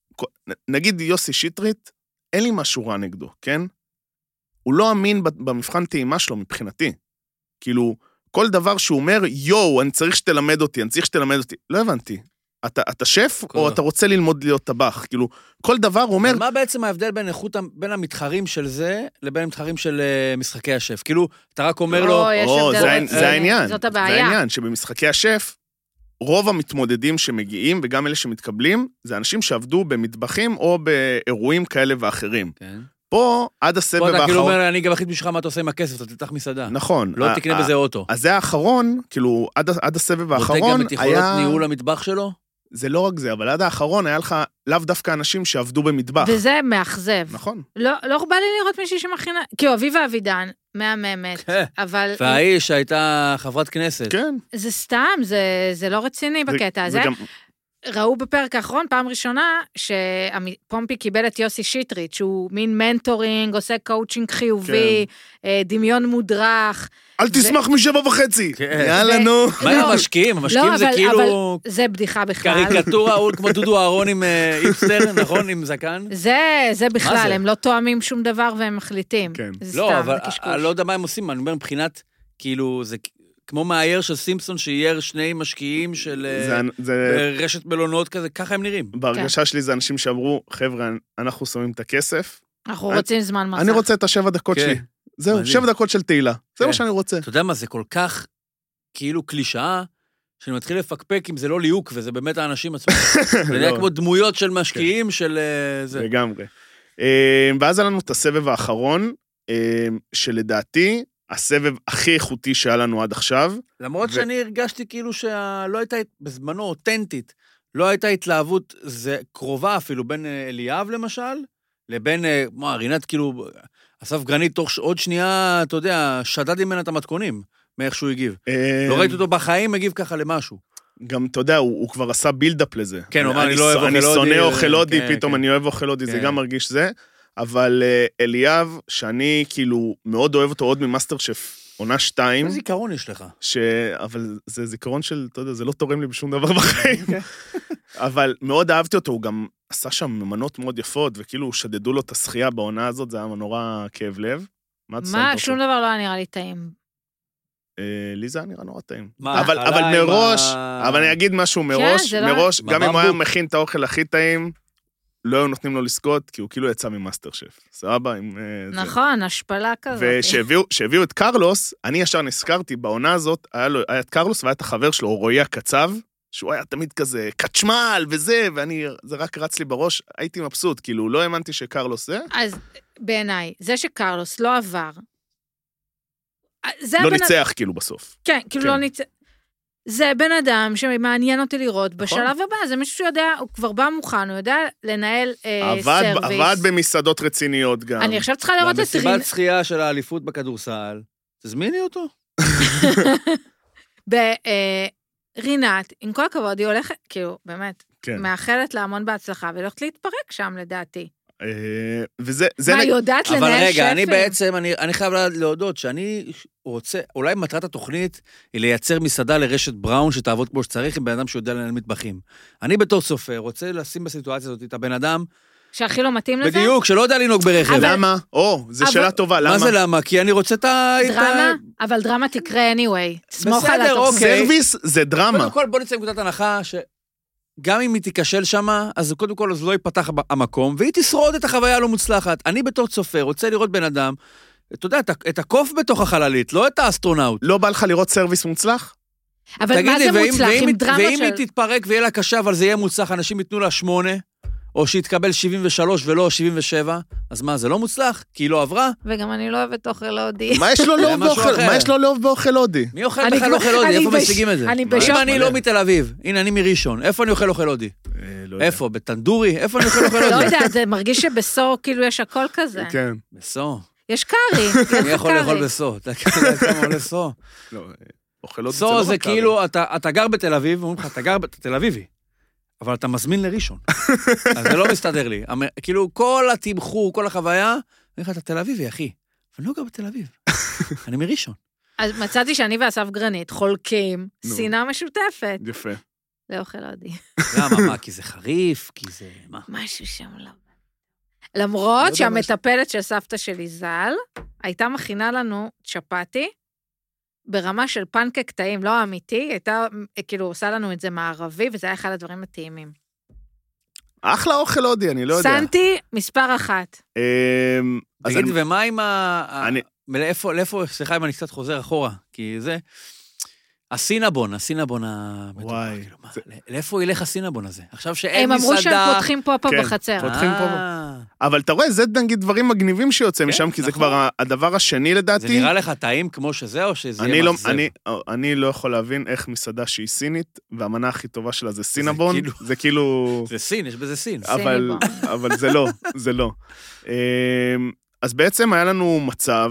S3: נגיד יוסי שטרית, אין לי משהו רע נגדו, כן? הוא לא אמין במבחן טעימה שלו מבחינתי. כאילו, כל דבר שהוא אומר, יו, אני צריך שתלמד אותי, לא הבנתי. אתה שף, או אתה רוצה ללמוד להיות טבח? כאילו, כל דבר הוא אומר...
S6: מה בעצם ההבדל בין המתחרים של זה, לבין המתחרים של משחקי השף? כאילו, אתה רק אומר לו...
S3: זה העניין.
S4: זאת הבעיה.
S3: זה העניין, שבמשחקי השף, רוב המתמודדים שמגיעים, וגם אלה שמתקבלים, זה אנשים שעבדו במטבחים, או באירועים כאלה ואחרים. כן. פה, עד הסבב האחרון...
S6: פה אתה כאילו אומר, אני גם אחית בשבילך מה אתה עושה עם הכסף, אתה תלתח מסעדה.
S3: נכון.
S6: לא תקנה בזה אוטו.
S3: אז זה האחרון, כאילו, עד הסבב האחרון היה...
S6: בודק גם את יכולות ניהול המטבח שלו?
S3: זה לא רק זה, אבל עד האחרון היה לך לאו דווקא אנשים שעבדו במטבח.
S4: וזה מאכזב.
S3: נכון.
S4: לא בא לי לראות מישהי שמכינה... כי אביבה אבידן, מהממת, אבל...
S6: והאיש הייתה חברת כנסת.
S3: כן.
S4: זה סתם, זה לא רציני בקטע הזה. ראו בפרק האחרון, פעם ראשונה, שפומפי קיבל את יוסי שטרית, שהוא מין מנטורינג, עושה קואוצ'ינג חיובי, דמיון מודרך.
S3: אל תשמח מ7.5. יאללה, נו.
S6: מה עם המשקיעים? המשקיעים זה כאילו...
S4: זה בדיחה בכלל.
S6: קריקטורה, כמו דודו אהרון עם איפסטר, נכון? עם זקן?
S4: זה בכלל, הם לא תואמים שום דבר והם מחליטים.
S6: לא, אבל אני לא יודע מה הם עושים, אני אומר מבחינת, כאילו, זה... כמו מאייר של סימפסון, שאייר 2 משקיעים של רשת מלונות כזה, ככה הם נראים.
S3: בהרגשה שלי זה אנשים שאמרו, חבר'ה, אנחנו שמים את הכסף.
S4: אנחנו רוצים זמן מסך.
S3: אני רוצה את 7 דקות שלי. זהו, 7 דקות של תהילה. זה מה שאני רוצה.
S6: אתה יודע מה, זה כל כך כאילו קלישאה, שאני מתחיל לפקפק אם זה לא ליהוק, וזה באמת האנשים עצמם. זה נראה כמו דמויות של משקיעים של זה.
S3: לגמרי. ואז היה לנו את הסבב האחרון, שלדעתי, הסבב הכי איכותי שהיה לנו עד עכשיו.
S6: למרות שאני הרגשתי כאילו שלא הייתה, בזמנו אותנטית, לא הייתה התלהבות, זה קרובה אפילו בין אליאב למשל, לבין, רינת כאילו, אסף גרנית תוך עוד שנייה, אתה יודע, שדד ממנה את המתכונים, מאיך שהוא הגיב. לא ראיתי אותו בחיים, הגיב ככה למשהו.
S3: גם, אתה יודע, הוא כבר עשה בילדאפ לזה.
S6: כן, הוא אמר, אני לא אוהב אוכל הודי.
S3: אני שונא אוכל הודי, פתאום אני אוהב אוכל הודי, זה גם מרגיש זה. אבל אליאב, שאני כאילו מאוד אוהב אותו עוד ממאסטר שף, עונה 2.
S6: איזה זיכרון יש לך?
S3: אבל זה זיכרון של, אתה יודע, זה לא תורם לי בשום דבר בחיים. אבל מאוד אהבתי אותו, הוא גם עשה שם מנות מאוד יפות, וכאילו שדדו לו את השחייה בעונה הזאת, זה היה נורא כאב לב.
S4: מה? שום דבר לא היה נראה לי טעים.
S3: לי זה היה נראה נורא טעים. אבל מראש, אבל אני אגיד משהו מראש, גם אם הוא היה מכין את האוכל הכי טעים, לא היו נותנים לו לזכות, כי הוא כאילו יצא ממאסטר שף. סבבה?
S4: נכון, השפלה כזאת.
S3: ושהביאו את קרלוס, אני ישר נזכרתי, בעונה הזאת, היה את קרלוס והיה את החבר שלו, רועי הקצב, שהוא היה תמיד כזה קצ'מל וזה, זה רק רץ לי בראש, הייתי מבסוט, כאילו, לא האמנתי שקרלוס זה.
S4: אז בעיניי, זה שקרלוס לא עבר,
S3: לא ניצח כאילו בסוף.
S4: כן, כאילו לא ניצח. זה בן אדם שמעניין אותי לראות בשלב הבא, זה מישהו שיודע, הוא כבר בא מוכן, הוא יודע לנהל סרוויס.
S3: עבד במסעדות רציניות גם.
S4: אני עכשיו צריכה לראות את
S6: במסיבת שחייה של האליפות בכדורסל, תזמיני אותו.
S4: רינת, עם כל הכבוד, היא הולכת, כאילו, באמת, מאחלת לה המון בהצלחה, והיא הולכת להתפרק שם, לדעתי. מה, היא יודעת לנהל שפים?
S6: אבל רגע, אני בעצם, אני חייב להודות שאני רוצה, אולי מטרת התוכנית היא לייצר מסעדה לרשת בראון שתעבוד כמו שצריך עם בן אדם שיודע לנהל מטבחים. אני בתור סופר רוצה לשים בסיטואציה הזאת את הבן אדם
S4: שהכי לא מתאים לזה?
S6: בדיוק, שלא יודע לנהוג ברכב.
S3: למה? זו שאלה טובה, למה?
S6: מה זה למה? כי אני רוצה את ה...
S4: דרמה? אבל דרמה תקרה anyway. סמוך על התוכנית.
S3: סרוויס זה דרמה.
S6: קודם כל בוא נצא מנקודת הנחה גם אם היא תיכשל שמה, אז קודם כל אז לא ייפתח המקום, והיא תשרוד את החוויה הלא מוצלחת. אני בתור צופה רוצה לראות בן אדם, אתה יודע, את הקוף בתוך החללית, לא את האסטרונאוט.
S3: לא בא לך לראות סרוויס מוצלח?
S4: אבל מה זה מוצלח? עם דרמה של...
S6: ואם היא תתפרק ויהיה לה קשה, אבל זה יהיה מוצלח, אנשים ייתנו לה 8, או שהתקבל 73 ולא 77, אז מה, זה לא מוצלח? כי היא לא עברה?
S4: וגם אני לא אוהבת אוכל הודי.
S3: מה יש לו לאהוב באוכל הודי?
S6: מי אוכל בכלל אוכל הודי? איפה משיגים את זה? אם אני לא מתל אביב, הנה אני מראשון, איפה אני אוכל אוכל הודי? איפה? בטנדורי? איפה אני אוכל אוכל הודי?
S4: לא יודעת, זה מרגיש שבסור כאילו יש הכל כזה.
S3: כן.
S6: בסור.
S4: יש קארי.
S6: אני יכול לאכול בסור. אתה כמה עולה סור?
S3: לא, אוכל הודי
S6: סור זה כאילו, אתה גר בתל אביב, אומרים לך, אתה גר בתל אביבי. אבל אתה מזמין לראשון. אז זה לא מסתדר לי. כאילו, כל התמחור, כל החוויה, אני אומר לך, אתה תל אביבי, אחי. אבל לא גר בתל אביב. אני מראשון.
S4: אז מצאתי שאני ואסף גרנית חולקים שנאה משותפת.
S3: יפה.
S4: לאוכל הודי.
S6: למה? מה? כי זה חריף? כי זה... מה?
S4: משהו שם לא. למרות שהמטפלת של סבתא שלי ז"ל, הייתה מכינה לנו צ'פטי, ברמה של פנקק טעים, לא אמיתי, הייתה, כאילו, עושה לנו את זה מערבי, וזה היה אחד הדברים הטעימים.
S3: אחלה אוכל הודי, אני לא יודע.
S4: סנטי, מספר 1.
S6: תגיד, ומה עם לאיפה, סליחה אם אני קצת חוזר אחורה, כי זה... הסינבון
S3: וואי.
S6: לאיפה ילך הסינבון הזה? עכשיו שאין
S4: מסעדה...
S6: הם אמרו
S4: שהם פותחים פה בחצר.
S3: פותחים פה. אבל אתה רואה, זה נגיד דברים מגניבים שיוצא משם, כי זה כבר הדבר השני לדעתי.
S6: זה נראה לך טעים כמו שזה, או שזה יהיה מחזב?
S3: אני לא יכול להבין איך מסעדה שהיא סינית, והמנה הכי טובה שלה זה סינבון. זה כאילו...
S6: זה סין, יש בזה סין.
S3: אבל זה לא. אז בעצם היה לנו מצב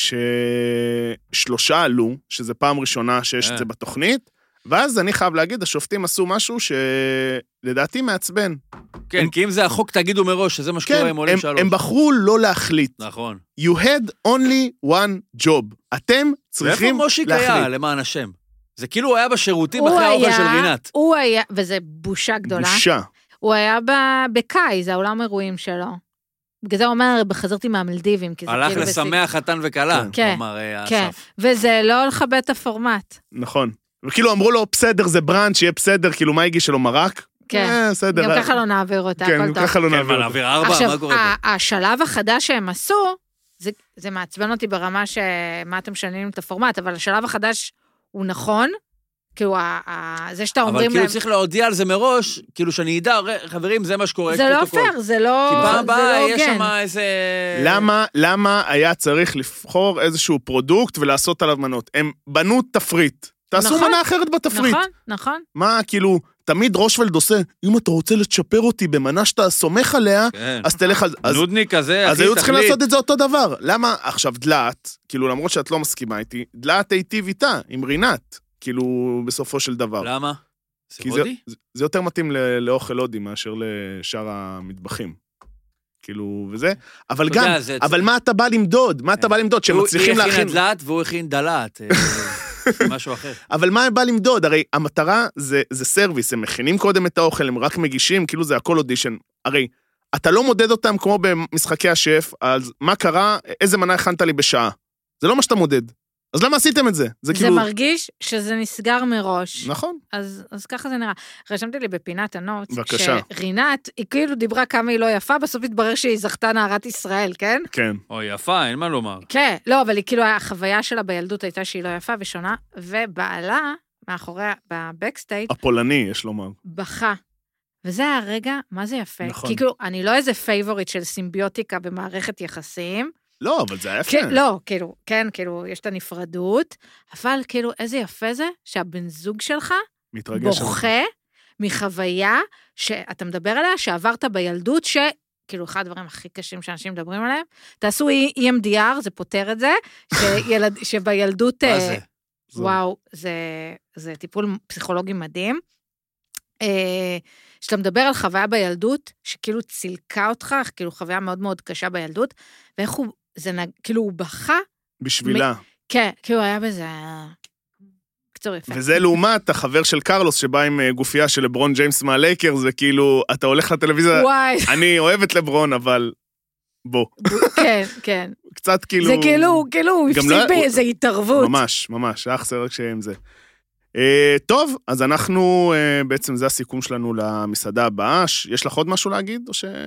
S3: ש3 עלו, שזה פעם ראשונה שיש את זה בתוכנית, ואז אני חייב להגיד, השופטים עשו משהו שלדעתי מעצבן.
S6: כן, כי אם זה החוק, תגידו מראש, שזה מה שקורה עם עולים 3.
S3: הם בחרו לא להחליט.
S6: נכון.
S3: You had only one job. אתם צריכים
S6: ואיפה מושיק היה, למען השם? זה כאילו הוא היה בשירותים אחרי האוכל של רינת.
S4: הוא היה, וזה בושה גדולה.
S3: בושה.
S4: הוא היה בקאי, זה העולם אירועים שלו. בגלל זה הוא אומר, בחזרתי מהמלדיבים, כי זה
S6: הלך
S4: כאילו...
S6: לשמח חתן וכלה, הוא אמר אסף.
S4: וזה לא לכבד את הפורמט.
S3: נכון. וכאילו אמרו לו, בסדר, זה ברנץ', שיהיה בסדר, כאילו מה הגיש לו מרק?
S4: כן, גם ככה לא נעביר אותה,
S3: כן, גם ככה לא נעביר אותה.
S6: נעביר 4, מה קורה פה?
S4: השלב החדש שהם עשו, זה מעצבן אותי ברמה שמה אתם משנים את הפורמט, אבל השלב החדש הוא נכון, כאילו, זה שאתה אומרים
S6: להם... אבל כאילו צריך להודיע על זה מראש, כאילו שאני ידע, חברים, זה מה שקורה.
S4: זה לא פייר, זה לא...
S6: כי פעם הבאה יש שם איזה...
S3: למה היה צריך לבחור איזשהו פרודוקט ולעשות עליו מנות? הם בנו תפריט. תעשו מנה אחרת בתפריט.
S4: נכון.
S3: מה, כאילו, תמיד רושפלד עושה, אם אתה רוצה לצ'פר אותי במנה שאתה סומך עליה, אז תלך על...
S6: נודניק כזה,
S3: אז היו צריכים לעשות את זה אותו דבר. למה עכשיו דלעת, כאילו, למרות שאת לא מסכימה איתי, דלעת היטיב איתה, עם רינת. כאילו, בסופו של דבר.
S6: למה?
S3: זה הודי? זה יותר מתאים לאוכל הודי מאשר לשאר המטבחים. כאילו, וזה. אבל גם, אבל מה אתה בא למדוד? מה אתה בא למדוד? שמצליחים להכין...
S6: הוא הכין דלעת והוא הכין דלעת. משהו אחר.
S3: אבל מה הם בא למדוד? הרי המטרה זה סרוויס, הם מכינים קודם את האוכל, הם רק מגישים, כאילו זה הכל אודישן. הרי, אתה לא מודד אותם כמו במשחקי השף, אז מה קרה? איזה מנה הכנת לי בשעה? זה לא מה שאתה מודד. אז למה עשיתם את זה?
S4: זה
S3: כאילו...
S4: מרגיש שזה נסגר מראש.
S3: נכון.
S4: אז ככה זה נראה. רשמתי לי בפינת הנוט,
S3: בבקשה.
S4: שרינת, היא כאילו דיברה כמה היא לא יפה, בסוף התברר שהיא זכתה נערת ישראל, כן?
S3: כן.
S6: אוי, יפה, אין מה לומר.
S4: כן, לא, אבל היא כאילו, החוויה שלה בילדות הייתה שהיא לא יפה ושונה, ובעלה, מאחוריה, בבקסטייט,
S3: הפולני, יש לומר.
S4: בכה. וזה היה רגע, מה זה יפה?
S3: נכון.
S4: כי כאילו, אני לא איזה פייבוריט של סימביוטיקה במערכת יחסים.
S3: לא, אבל זה היה יפה.
S4: כן, לא, כאילו, כן, כאילו, יש את הנפרדות, אבל כאילו, איזה יפה זה שהבן זוג שלך
S3: מתרגש.
S4: בוכה מחוויה שאתה מדבר עליה, שעברת בילדות, כאילו, אחד הדברים הכי קשים שאנשים מדברים עליהם, תעשו EMDR, זה פותר את זה, שבילדות...
S6: מה זה?
S4: וואו, זה טיפול פסיכולוגי מדהים. שאתה מדבר על חוויה בילדות, שכאילו צילקה אותך, כאילו חוויה מאוד מאוד קשה בילדות, ואיך הוא, כאילו הוא בכה.
S3: בשבילה.
S4: כן, כאילו היה בזה... קצור יפה.
S3: וזה לעומת החבר של קרלוס, שבא עם גופייה של לברון ג'יימס מהלייקר, זה כאילו, אתה הולך לטלוויזיה,
S4: וואי.
S3: אני אוהב את לברון, אבל בוא.
S4: כן, כן.
S3: קצת כאילו...
S4: זה כאילו, הוא הפסיק באיזו התערבות.
S3: ממש, ממש, היה חסר רק שעם זה. טוב, אז אנחנו, בעצם זה הסיכום שלנו למסעדה הבאה. יש לך עוד משהו להגיד, או ש...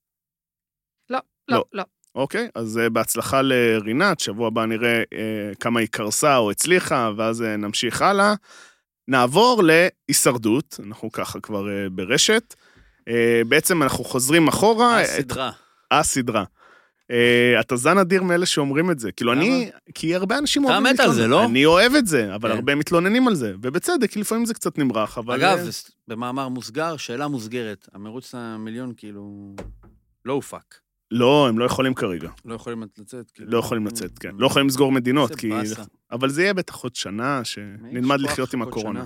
S4: לא.
S3: אוקיי, אז בהצלחה לרינת, שבוע הבא נראה כמה היא קרסה או הצליחה, ואז נמשיך הלאה. נעבור להישרדות, אנחנו ככה כבר ברשת. בעצם אנחנו חוזרים אחורה. הסדרה. אתה זן אדיר מאלה שאומרים את זה. כאילו כי הרבה אנשים אוהבים
S6: להתלונן. אתה מת על זה, לא?
S3: אני אוהב את זה, אבל הרבה מתלוננים על זה. ובצדק, כי לפעמים זה קצת נמרח, אבל...
S6: אגב, במאמר מוסגר, שאלה מוסגרת. המרוץ המיליון כאילו לא הופק.
S3: לא, הם לא יכולים כרגע.
S6: לא יכולים לצאת.
S3: לא יכולים לצאת, כן. לא יכולים לסגור מדינות, אבל זה יהיה בטח עוד שנה, שנלמד לחיות עם הקורונה.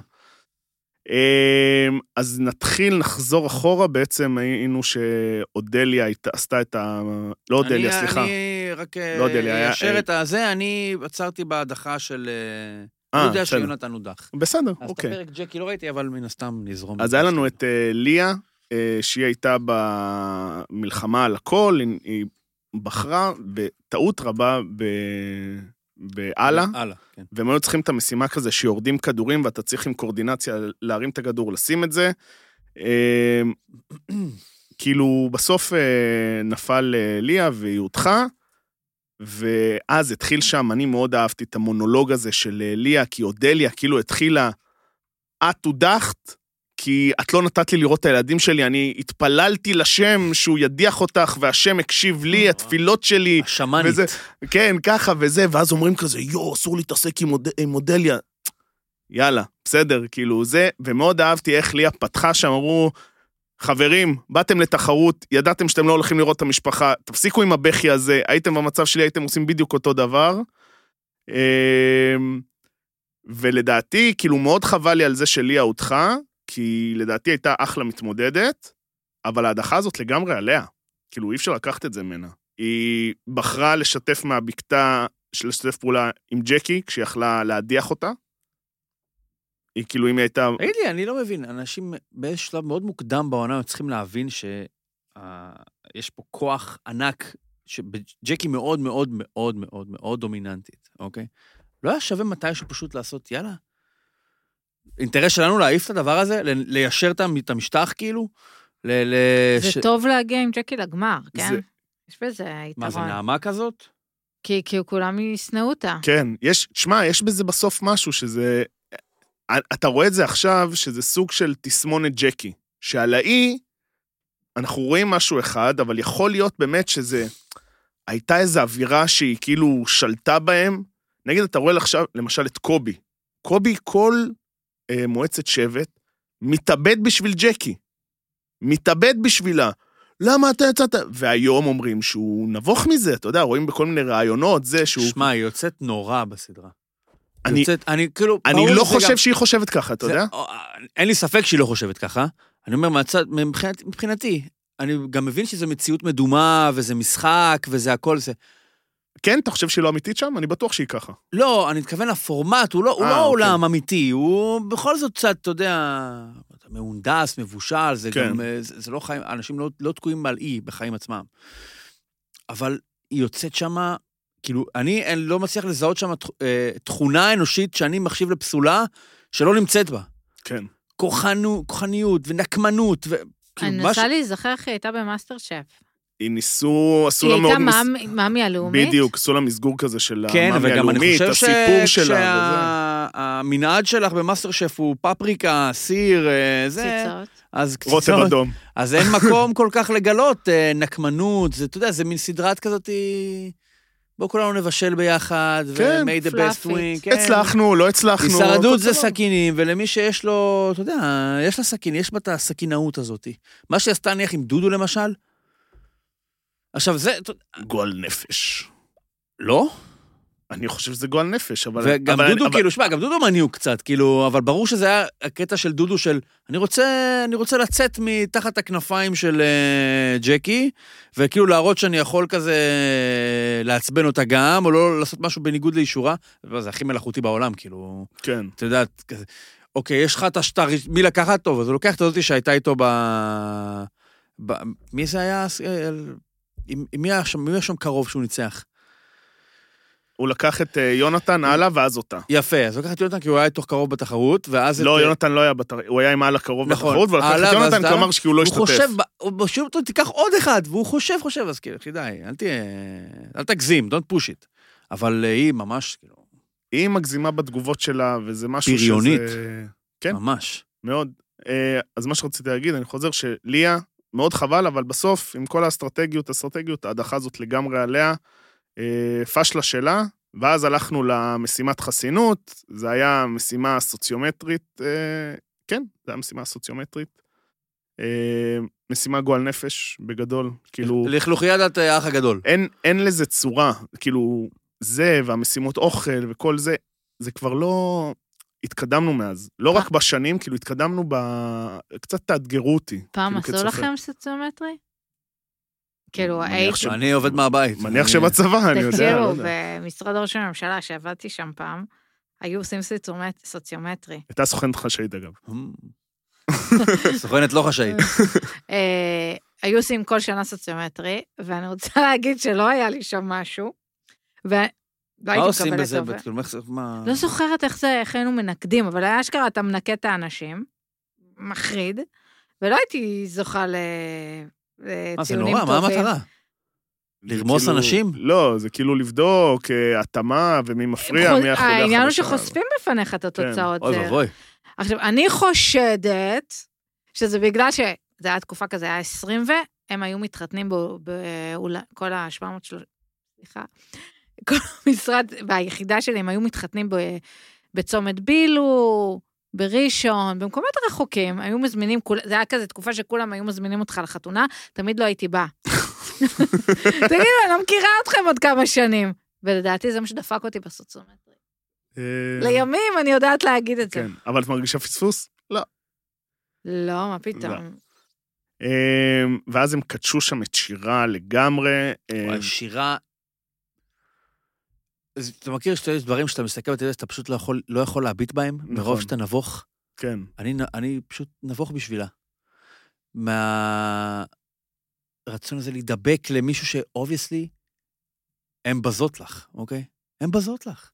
S3: אז נתחיל, נחזור אחורה, בעצם היינו שאודליה עשתה את ה... לא אודליה, סליחה.
S6: אני רק
S3: אשר
S6: את הזה, אני עצרתי בהדחה של... אני יודע שיונתן הודח.
S3: בסדר,
S6: אז
S3: אוקיי.
S6: את הפרק ג'קי לא ראיתי, אבל מן הסתם נזרום.
S3: אז היה לנו את ליה, שהיא הייתה במלחמה על הכל, היא בחרה בטעות רבה באללה,
S6: כן.
S3: והם היו צריכים את המשימה כזה שיורדים כדורים, ואתה צריך עם קורדינציה להרים את הכדור, לשים את זה. כאילו בסוף נפל ליה והיא הודחה, ואז התחיל שם, אני מאוד אהבתי את המונולוג הזה של ליה, כי אודליה כאילו התחילה, את הודחת, כי את לא נתת לי לראות את הילדים שלי, אני התפללתי לשם שהוא ידיח אותך, והשם הקשיב לי, התפילות שלי.
S6: השמנית.
S3: וזה, כן, ככה וזה, ואז אומרים כזה, אסור להתעסק עם אודליה. יאללה, בסדר, כאילו זה, ומאוד אהבתי איך ליה פתחה שם, אמרו, חברים, באתם לתחרות, ידעתם שאתם לא הולכים לראות את המשפחה, תפסיקו עם הבכי הזה, הייתם במצב שלי, הייתם עושים בדיוק אותו דבר. ולדעתי, כאילו מאוד חבל לי על זה שליה הודחה, כי לדעתי הייתה אחלה מתמודדת, אבל ההדחה הזאת לגמרי עליה. כאילו, אי אפשר לקחת את זה ממנה. היא בחרה לשתף מהבקתה, לשתף פעולה עם ג'קי, כשהיא יכלה להדיח אותה. היא כאילו, אם היא הייתה...
S6: תגיד לי, אני לא מבין, אנשים באיזשהו שלב מאוד מוקדם בעונה, צריכים להבין שיש פה כוח ענק, שג'קי מאוד מאוד מאוד מאוד מאוד דומיננטית, אוקיי? לא היה שווה מתישהו פשוט לעשות, יאללה, אינטרס שלנו להעיף את הדבר הזה, ליישר את המשטח כאילו,
S4: זה טוב להגיע עם ג'קי לגמר, כן? יש בזה יתרון.
S6: מה, זה נעמה כזאת?
S4: כי כולם יסנאו אותה.
S3: כן, תשמע, יש בזה בסוף משהו שזה, אתה רואה את זה עכשיו, שזה סוג של תסמונת ג'קי, שעל האי, אנחנו רואים משהו אחד, אבל יכול להיות באמת שזה, הייתה איזו אווירה שהיא כאילו שלטה בהם, נגיד אתה רואה עכשיו, למשל את קובי, כל מועצת שבט, מתאבד בשביל ג'קי, מתאבד בשבילה, למה אתה יצאת? והיום אומרים שהוא נבוך מזה, אתה יודע, רואים בכל מיני רעיונות, זה שהוא...
S6: שמע, היא יוצאת נורא בסדרה.
S3: אני לא חושב שהיא חושבת ככה, אתה יודע?
S6: אין לי ספק שהיא לא חושבת ככה, אני אומר, מבחינתי, אני גם מבין שזה מציאות מדומה, וזה משחק, וזה הכל זה...
S3: כן, אתה חושב שהיא לא אמיתית שם? אני בטוח שהיא ככה.
S6: לא, אני מתכוון לפורמט, הוא לא עולם אמיתי, הוא בכל זאת קצת, אתה יודע, מהונדס, מבושל, זה גם, זה לא חיים, אנשים לא תקועים על אי בחיים עצמם. אבל היא יוצאת שמה, כאילו, אני לא מצליח לזהות שם תכונה אנושית שאני מחשיב לפסולה, שלא נמצאת בה.
S3: כן.
S6: כוחניות ונקמנות.
S4: אני מנסה להיזכר איך היא הייתה במאסטר שף.
S3: היא ניסו, עשו לה
S4: היא
S3: מאוד...
S4: הייתה מאמי הלאומית?
S3: בדיוק, עשו לה מסגור כזה של
S6: כן,
S3: המאמי
S6: וגם אני
S3: הלאומית,
S6: חושב
S3: הסיפור שלה.
S6: שהמנעד שלך במאסטר שף הוא פפריקה, סיר, זה...
S4: ציצות.
S3: רוטב אדום.
S6: אז אין מקום כל כך לגלות נקמנות, זה, אתה יודע, זה מין סדרת כזאת, בואו כולנו נבשל ביחד,
S3: כן,
S6: ו-made the best win, כן.
S3: הצלחנו, לא הצלחנו.
S6: הישרדות זה סכינים, ולמי שיש לו, אתה יודע, יש לה סכין, יש בה את הסכינאות הזאת. מה שעשתה נניח עם דודו למשל, עכשיו זה...
S3: גועל נפש.
S6: לא?
S3: אני חושב שזה גועל נפש, אבל...
S6: וגם דודו, כאילו, שמע, גם דודו מניוק קצת, כאילו, אבל ברור שזה היה הקטע של דודו של, אני רוצה לצאת מתחת הכנפיים של ג'קי, וכאילו להראות שאני יכול כזה לעצבן אותה גם, או לא לעשות משהו בניגוד לאישורה, זה הכי מלאכותי בעולם, כאילו...
S3: כן.
S6: אתה יודע, כזה, אוקיי, יש לך את השטר, מי לקחת טוב, אז הוא לוקח את הזאתי שהייתה איתו מי זה היה? מי היה שם קרוב שהוא ניצח?
S3: הוא לקח את יונתן הלאה ואז אותה.
S6: יפה, אז הוא לקח את יונתן כי הוא היה תוך קרוב בתחרות, ואז...
S3: לא, יונתן לא היה הוא היה עם הלאה קרוב בתחרות, ולקח את יונתן כלומר שהוא לא השתתף.
S6: הוא חושב, הוא שוב תיקח עוד אחד, והוא חושב, אז כאילו, די, אל תגזים, don't push it. אבל היא ממש, כאילו...
S3: היא מגזימה בתגובות שלה, וזה משהו שזה...
S6: פריונית.
S3: כן.
S6: ממש.
S3: מאוד. אז מה שרציתי להגיד, אני חוזר שליה, מאוד חבל, אבל בסוף, עם כל האסטרטגיות, ההדחה הזאת לגמרי עליה, פשלה שלה, ואז הלכנו למשימת חסינות, זה היה משימה סוציומטרית, כן, זה היה משימה סוציומטרית, משימה גועל נפש, בגדול, כאילו...
S6: לכלוכיית האח הגדול.
S3: אין לזה צורה, כאילו, זה והמשימות אוכל וכל זה, זה כבר לא... התקדמנו מאז. לא רק בשנים, כאילו התקדמנו קצת תאתגרו אותי.
S4: פעם עשו לכם סוציומטרי? כאילו,
S6: אני עובד מהבית.
S3: מניח שבצבא, אני יודע.
S4: תקשיבו, במשרד ראש הממשלה, שעבדתי שם פעם, היו עושים סוציומטרי.
S3: הייתה סוכנת חשאית, אגב.
S6: סוכנת לא חשאית.
S4: היו עושים כל שנה סוציומטרי, ואני רוצה להגיד שלא היה לי שם משהו,
S6: מה עושים בזה?
S4: לא זוכרת איך היינו מנקדים, אבל היה אשכרה, אתה מנקד את האנשים, מחריד, ולא הייתי זוכה
S6: מה זה נורא? מה המטרה? לרמוס אנשים?
S3: לא, זה כאילו לבדוק התאמה ומי מפריע, מי יכול...
S4: העניין הוא שחושפים בפניך את התוצאות.
S6: אוי ואבוי.
S4: עכשיו, אני חושדת שזה בגלל שזה היה תקופה כזה, היה 20 והם היו מתחתנים כל ה-730, סליחה, כל המשרד והיחידה שלהם היו מתחתנים בצומת בילו, בראשון, במקומות רחוקים, היו מזמינים, זה היה כזה תקופה שכולם היו מזמינים אותך לחתונה, תמיד לא הייתי באה. תגידו, אני לא מכירה אתכם עוד כמה שנים. ולדעתי זה מה שדפק אותי בסוציומטרי. לימים אני יודעת להגיד את זה.
S3: כן, אבל את מרגישה פספוס? לא.
S4: לא, מה פתאום.
S3: ואז הם קדשו שם את שירה לגמרי.
S6: שירה... אתה מכיר שיש דברים שאתה מסתכל ואתה פשוט לא יכול להביט בהם, מרוב שאתה נבוך?
S3: כן.
S6: אני פשוט נבוך בשבילה. הרצון הזה להידבק למישהו שאובייסלי הם בזות לך, אוקיי? הם בזות לך.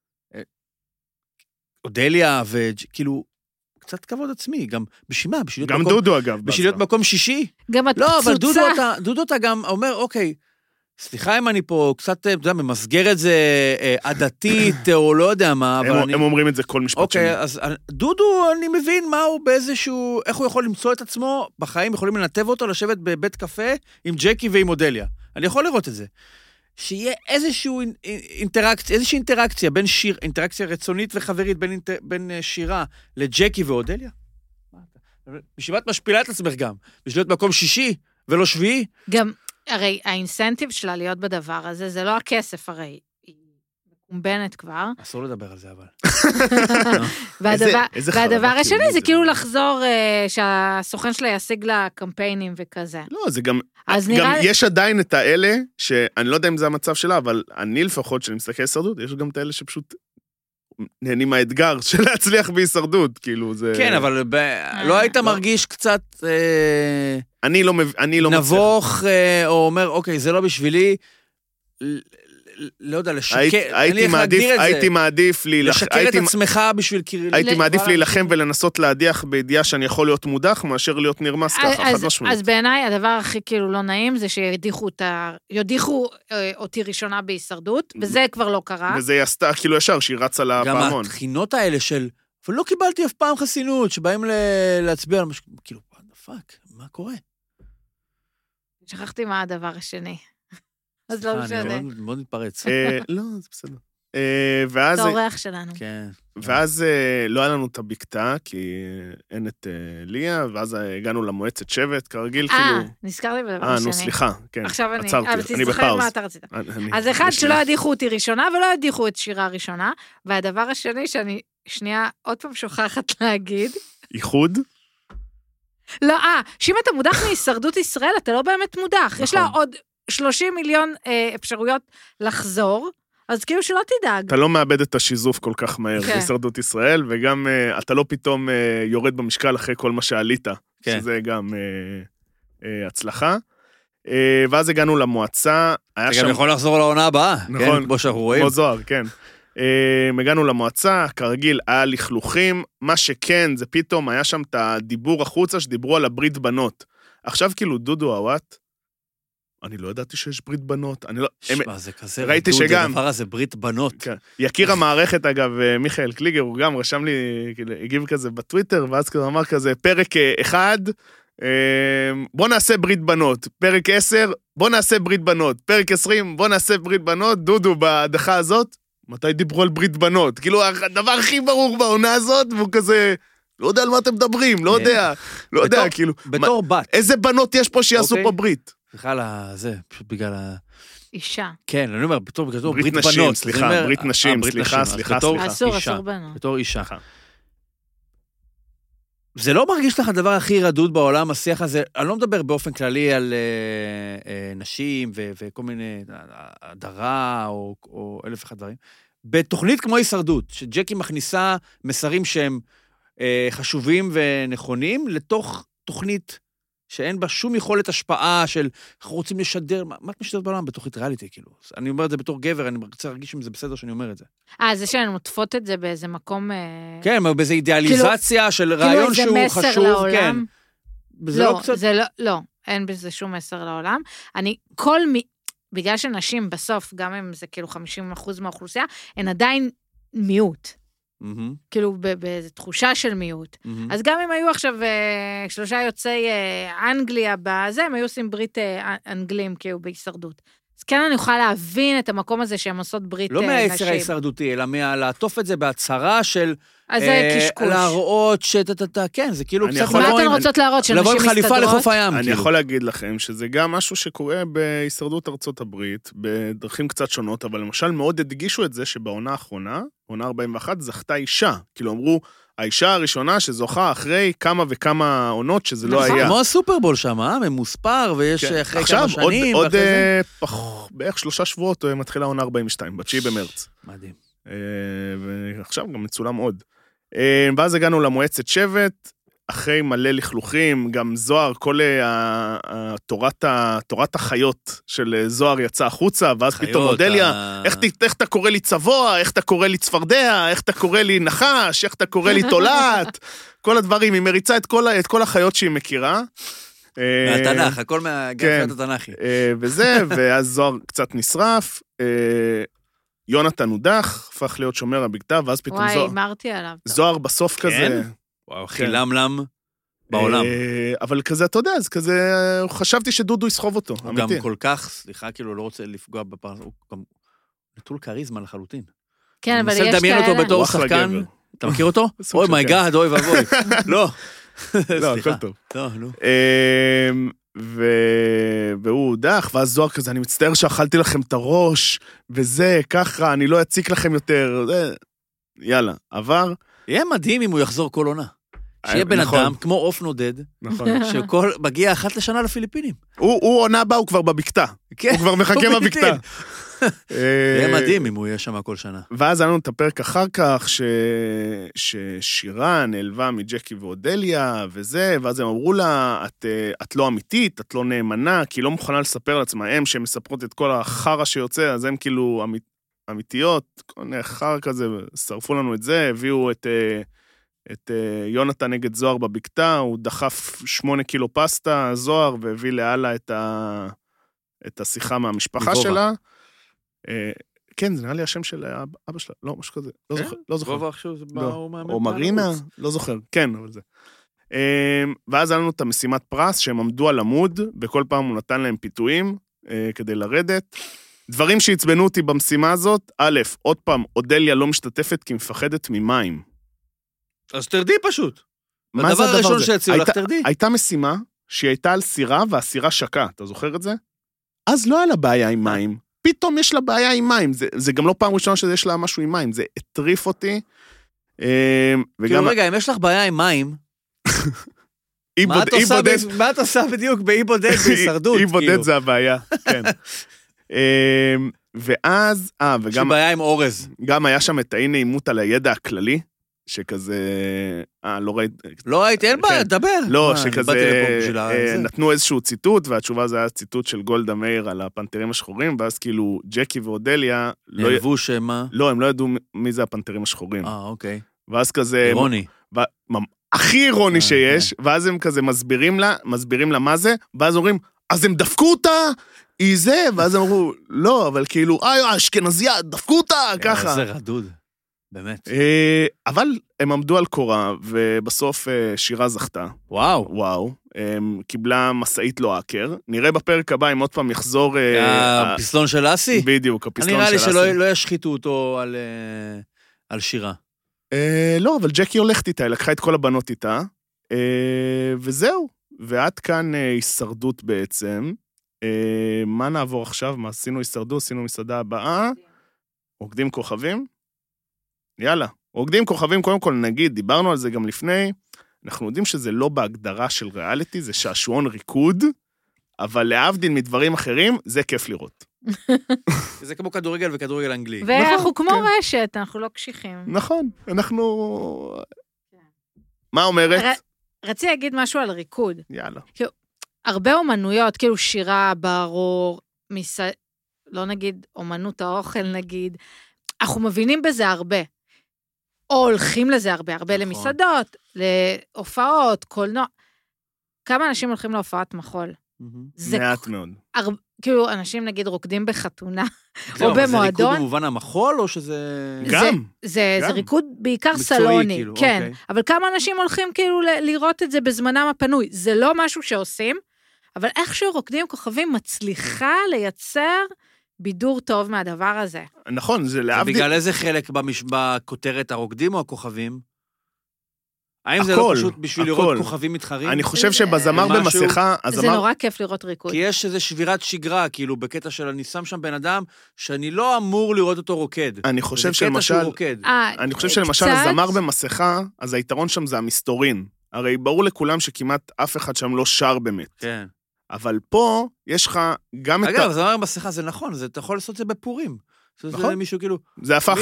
S6: אודליה וכאילו, קצת כבוד עצמי, גם בשימה,
S3: גם דודו אגב.
S6: בשביל להיות מקום שישי.
S4: גם את
S6: לא, אבל
S4: פצוצה.
S6: דודו אתה גם אומר, אוקיי, סליחה אם אני פה קצת, אתה יודע, ממסגר את זה עדתית, או לא יודע מה, אבל אני...
S3: הם אומרים את זה כל משפט שני.
S6: אוקיי, אז דודו, אני מבין מה הוא באיזשהו, איך הוא יכול למצוא את עצמו, בחיים יכולים לנתב אותו, לשבת בבית קפה עם ג'קי ועם אודליה. אני יכול לראות את זה. שיהיה איזושהי אינטראקציה בין שיר, אינטראקציה רצונית וחברית בין שירה לג'קי ואודליה. בשביל את משפילה את עצמך גם, בשביל להיות מקום שישי ולא שביעי.
S4: גם, הרי האינסנטיב שלה להיות בדבר הזה, זה לא הכסף הרי, היא מקומבנת כבר.
S6: אסור לדבר על זה אבל.
S4: והדבר השני זה כאילו לחזור, שהסוכן שלה ישיג לה קמפיינים וכזה.
S3: לא, זה גם יש עדיין את האלה, שאני לא יודע אם זה המצב שלה, אבל אני לפחות, שאני מסתכל הישרדות, יש גם את האלה שפשוט נהנים מהאתגר של להצליח בהישרדות, כאילו זה...
S6: כן, אבל לא היית מרגיש קצת...
S3: אני לא מצליח.
S6: נבוך, או אומר, אוקיי, זה לא בשבילי, לא יודע, לשקר, אין לי איך
S3: הייתי
S6: להגדיר את זה.
S3: הייתי מעדיף
S6: לשקר את עצמך בשביל...
S3: הייתי מעדיף להילחם ולנסות להדיח בידיעה שאני יכול להיות מודח, מאשר להיות נרמס ככה, חד משמעית.
S4: אז בעיניי הדבר הכי כאילו לא נעים, זה שידיחו אותי ראשונה בהישרדות, וזה כבר לא קרה.
S3: וזה היא עשתה כאילו ישר, שהיא רצה לפעמון.
S6: גם התחינות האלה של, אבל לא קיבלתי אף פעם חסינות, שבאים להצביע על משהו, כאילו, פאק, מה קורה?
S4: שכחתי מה הדבר השני. אז לא משנה.
S6: מאוד מתפרץ.
S3: לא, זה בסדר. ואז...
S4: זה אורח שלנו.
S6: כן.
S3: ואז לא היה לנו את הבקתה, כי אין את ליה, ואז הגענו למועצת שבט, כרגיל, כאילו...
S4: נזכרתי בדבר השני.
S3: נו, סליחה, כן,
S4: עכשיו
S3: עצרתי, אני בפאוז.
S4: תזכר מה אתה רצית. אז אחד שלא ידיחו אותי ראשונה, ולא ידיחו את שירה ראשונה, והדבר השני שאני שנייה עוד פעם שוכחת להגיד.
S3: איחוד?
S4: לא, שאם אתה מודח מהישרדות ישראל, אתה לא באמת מודח. יש לה עוד 30 מיליון אפשרויות לחזור, אז כאילו שלא תדאג.
S3: אתה לא מאבד את השיזוף כל כך מהר בהישרדות ישראל, וגם אתה לא פתאום יורד במשקל אחרי כל מה שעלית, שזה גם הצלחה. ואז הגענו למועצה.
S6: אתה גם יכול לחזור לעונה הבאה,
S3: נכון,
S6: כמו שאנחנו רואים.
S3: כמו זוהר, כן. הגענו למועצה, כרגיל היה לכלוכים, מה שכן, זה פתאום היה שם את הדיבור החוצה, שדיברו על הברית בנות. עכשיו כאילו דודו הוואט, אני לא ידעתי שיש ברית בנות.
S6: שמה, זה כזה רדוד, הדבר הזה ברית בנות.
S3: יקיר המערכת, אגב, מיכאל קליגר, הוא גם רשם לי, הגיב כזה בטוויטר, ואז כזה אמר כזה, פרק 1, בוא נעשה ברית בנות. פרק 10, בוא נעשה ברית בנות. פרק 20, בוא נעשה ברית בנות. דודו, בהדחה הזאת, מתי דיברו על ברית בנות? כאילו, הדבר הכי ברור בעונה הזאת, והוא כזה... לא יודע על מה אתם מדברים, לא יודע, כאילו...
S6: בתור בת.
S3: איזה בנות יש פה שיעשו פה ברית?
S6: בכלל, זה, פשוט בגלל ה...
S4: אישה.
S6: כן, אני אומר, בתור ברית
S3: נשים,
S6: בנות.
S3: סליחה, ברית נשים, סליחה.
S4: אסור בנות.
S6: בתור אישה. זה לא מרגיש לך הדבר הכי רדוד בעולם, השיח הזה, אני לא מדבר באופן כללי על נשים וכל מיני הדרה או אלף אחד דברים. בתוכנית כמו הישרדות, שג'קי מכניסה מסרים שהם חשובים ונכונים, לתוך תוכנית שאין בה שום יכולת השפעה של אנחנו רוצים לשדר, מה את משדרת בעולם בתוכנית ריאליטי, כאילו? אני אומר את זה בתור גבר, אני רוצה להרגיש אם זה בסדר שאני אומר את זה.
S4: זה שהן מוטפות את זה באיזה מקום...
S6: כן, באיזה אידיאליזציה של רעיון שהוא חשוב, כן.
S4: לא, אין בזה שום מסר לעולם. בגלל שנשים בסוף, גם אם זה כאילו 50% מהאוכלוסייה, הן עדיין מיעוט. כאילו באיזו תחושה של מיעוט. אז גם אם היו עכשיו 3 יוצאי אנגליה בזה, הם היו עושים ברית אנגלים כאילו בהישרדות. אז כן אני יכולה להבין את המקום הזה שהם עושות ברית נשים.
S6: לא מהיצר ההישרדותי, אלא לעטוף את זה בהצהרה של...
S4: אז זה קשקוש.
S6: להראות כן, זה כאילו קצת...
S4: מה אתן רוצות להראות?
S6: לבוא עם חליפה לחוף הים.
S3: אני יכול להגיד לכם שזה גם משהו שקורה בהישרדות ארצות הברית, בדרכים קצת שונות, אבל למשל מאוד הדגישו את זה שבעונה האחרונה, עונה 41, זכתה אישה. כאילו אמרו, האישה הראשונה שזוכה אחרי כמה וכמה עונות שזה לא היה.
S6: כמו הסופרבול שם, ממוספר, ויש אחרי כמה שנים.
S3: עכשיו, עוד בערך 3 שבועות מתחילה עונה 42, ב9 במרץ.
S6: מדהים.
S3: ועכשיו גם מצולם עוד. ואז הגענו למועצת שבט, אחרי מלא לכלוכים, גם זוהר, כל תורת החיות של זוהר יצא החוצה, ואז פתאום אודליה, איך אתה קורא לי צבוע, איך אתה קורא לי צפרדע, איך אתה קורא לי נחש, איך אתה קורא לי תולעת, כל הדברים, היא מריצה את כל החיות שהיא מכירה.
S6: מהתנ"ך, הכל מהגפת התנ"כי.
S3: וזה, ואז זוהר קצת נשרף, יונתן הודח, הפך להיות שומר הבקתה, ואז פתאום זוהר...
S4: וואי, אמרתי עליו.
S3: זוהר בסוף כזה...
S6: וואו, חילמלם בעולם.
S3: אבל כזה, אתה יודע, אז כזה, חשבתי שדודו יסחוב אותו,
S6: אמיתי. הוא גם כל כך, סליחה, כאילו לא רוצה לפגוע בפרס, הוא גם נטול כריזמה לחלוטין.
S4: כן, אבל יש כאלה.
S6: אני מנסה לדמיין אותו בתור שחקן. אתה מכיר אותו? אוי מי גאד, אוי ואבוי. לא.
S3: לא, הכל טוב.
S6: לא, נו.
S3: והוא הודח, ואז זוהר כזה, אני מצטער שאכלתי לכם את הראש, וזה, ככה, אני לא אציק לכם יותר, יאללה, עבר.
S6: יהיה מדהים אם הוא יחזור כל עונה. שיהיה בן אדם, כמו אוף נודד, מגיע 1 לשנה לפיליפינים.
S3: הוא עונה בה, הוא כבר בבקתה. הוא כבר מחכה בבקתה.
S6: יהיה מדהים אם הוא יהיה שם כל שנה.
S3: ואז היה לנו את הפרק אחר כך, ששירה נעלבה מג'קי ואודליה וזה, ואז הם אמרו לה, את לא אמיתית, את לא נאמנה, כי היא לא מוכנה לספר לעצמה, הם שמספרות את כל החרא שיוצא, אז הם כאילו אמיתיות, כל מיני חרא כזה, שרפו לנו את זה, הביאו את יונתן נגד זוהר בבקתה, הוא דחף 8 קילו פסטה, זוהר, והביא לאללה את השיחה מהמשפחה שלה. כן, זה נראה לי השם של אבא שלה, לא, משהו כזה, לא זוכר.
S6: גובה עכשיו זה באו מאמן.
S3: או מרינה, לא זוכר, כן, אבל זה. ואז היה לנו את המשימת פרס, שהם עמדו על עמוד, בכל פעם הוא נתן להם פיתויים, כדי לרדת. דברים שהצבנו אותי במשימה הזאת, א', עוד פעם, אודליה לא משתתפת כי מפחדת ממים.
S6: אז תרדי פשוט.
S3: מה זה הדבר
S6: הראשון
S3: הזה?
S6: שהציעו לך, תרדי.
S3: הייתה משימה שהיא הייתה על סירה, והסירה שקעה, אתה זוכר את זה? אז לא היה לה בעיה עם מים. פתאום יש לה בעיה עם מים. זה גם לא פעם ראשונה שיש לה משהו עם מים. זה הטריף אותי.
S6: כאילו רגע, אם יש לך בעיה עם מים, מה את עושה בדיוק באי בודד בהישרדות?
S3: אי בודד זה הבעיה, כן. ואז, וגם...
S6: יש בעיה עם אורז.
S3: גם היה שם את האי נעימות על הידע הכללי, שכזה... לא ראיתי...
S6: לא ראיתי, אין בעיה, דבר.
S3: לא, שכזה... נתנו איזשהו ציטוט, והתשובה זה היה ציטוט של גולדה מאיר על הפנתרים השחורים, ואז כאילו ג'קי ואודליה...
S6: נעלבו שמה?
S3: לא, הם לא ידעו מי זה הפנתרים השחורים.
S6: אוקיי.
S3: ואז כזה...
S6: אירוני.
S3: הכי אירוני שיש, ואז הם כזה מסבירים לה מה זה, ואז אומרים, אז הם דפקו אותה, היא זה, ואז הם אמרו, לא, אבל כאילו, אשכנזיה, דפקו אותה, ככה.
S6: זה רדוד, באמת.
S3: אבל הם עמדו על קורה, ובסוף שירה זכתה. וואו. קיבלה מסעית לא אקר. נראה בפרק הבא אם עוד פעם יחזור...
S6: הפסלון של אסי?
S3: בדיוק, הפסלון של אסי.
S6: נראה לי שלא ישחיתו אותו על שירה.
S3: לא, אבל ג'קי הולכת איתה, היא לקחה את כל הבנות איתה, וזהו. ועד כאן הישרדות בעצם. מה נעבור עכשיו? מה עשינו הישרדות? עשינו מסעדה הבאה. רוקדים כוכבים? יאללה. רוקדים כוכבים, קודם כל נגיד, דיברנו על זה גם לפני, אנחנו יודעים שזה לא בהגדרה של ריאליטי, זה שעשועון ריקוד, אבל להבדיל מדברים אחרים, זה כיף לראות.
S6: זה כמו כדורגל וכדורגל אנגלי.
S4: ואנחנו כמו רשת, אנחנו לא קשיחים.
S3: נכון, אנחנו... מה אומרת?
S4: רציתי להגיד משהו על ריקוד.
S3: יאללה.
S4: הרבה אומנויות, כאילו שירה, ברור, לא נגיד אומנות האוכל נגיד, אנחנו מבינים בזה הרבה. או הולכים לזה הרבה למסעדות, להופעות, קולנוע. כמה אנשים הולכים להופעת מחול?
S3: מעט מאוד.
S4: כאילו, אנשים נגיד רוקדים בחתונה, או במועדון.
S6: זה ריקוד במובן המחול, או שזה...
S3: גם.
S4: זה ריקוד בעיקר סלוני, כן. אבל כמה אנשים הולכים כאילו לראות את זה בזמנם הפנוי? זה לא משהו שעושים, אבל איכשהו רוקדים כוכבים מצליחה לייצר בידור טוב מהדבר הזה.
S3: נכון, זה להבדיל...
S6: בגלל איזה חלק בכותרת הרוקדים או הכוכבים? האם זה לא פשוט בשביל לראות כוכבים מתחרים?
S3: אני חושב שבזמר במסכה...
S4: זה נורא כיף לראות ריקוד.
S6: כי יש איזו שבירת שגרה, כאילו בקטע של אני שם שם בן אדם, שאני לא אמור לראות אותו רוקד.
S3: אני חושב שלמשל הזמר במסכה, אז היתרון שם זה המסתורין. הרי ברור לכולם שכמעט אף אחד שם לא שר באמת.
S6: כן.
S3: אבל פה יש לך גם את...
S6: אגב, זמר במסכה זה נכון, אתה יכול לעשות את זה בפורים.
S3: נכון.
S6: מישהו כאילו...
S3: זה הפך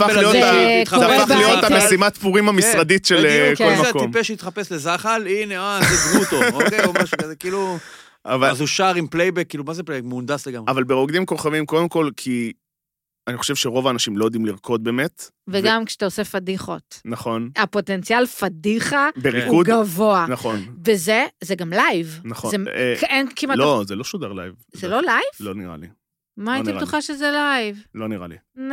S3: להיות המשימת פורים המשרדית של כל מקום.
S6: זה הטיפש שהתחפש לזחל, הנה, זה גרוטו, אוקיי, או משהו כזה, כאילו... אז הוא שר עם פלייבק, כאילו, מה זה פלייבק? מהונדס לגמרי.
S3: אבל ברוקדים כוכבים, קודם כל, כי אני חושב שרוב האנשים לא יודעים לרקוד באמת.
S4: וגם כשאתה עושה פדיחות.
S3: נכון.
S4: הפוטנציאל פדיחה הוא גבוה.
S3: נכון.
S4: וזה גם לייב.
S3: נכון.
S4: אין כמעט...
S3: לא, זה לא שודר לייב.
S4: זה לא לייב?
S3: לא נראה לי.
S4: מה הייתי בטוחה שזה לייב?
S3: לא נראה לי.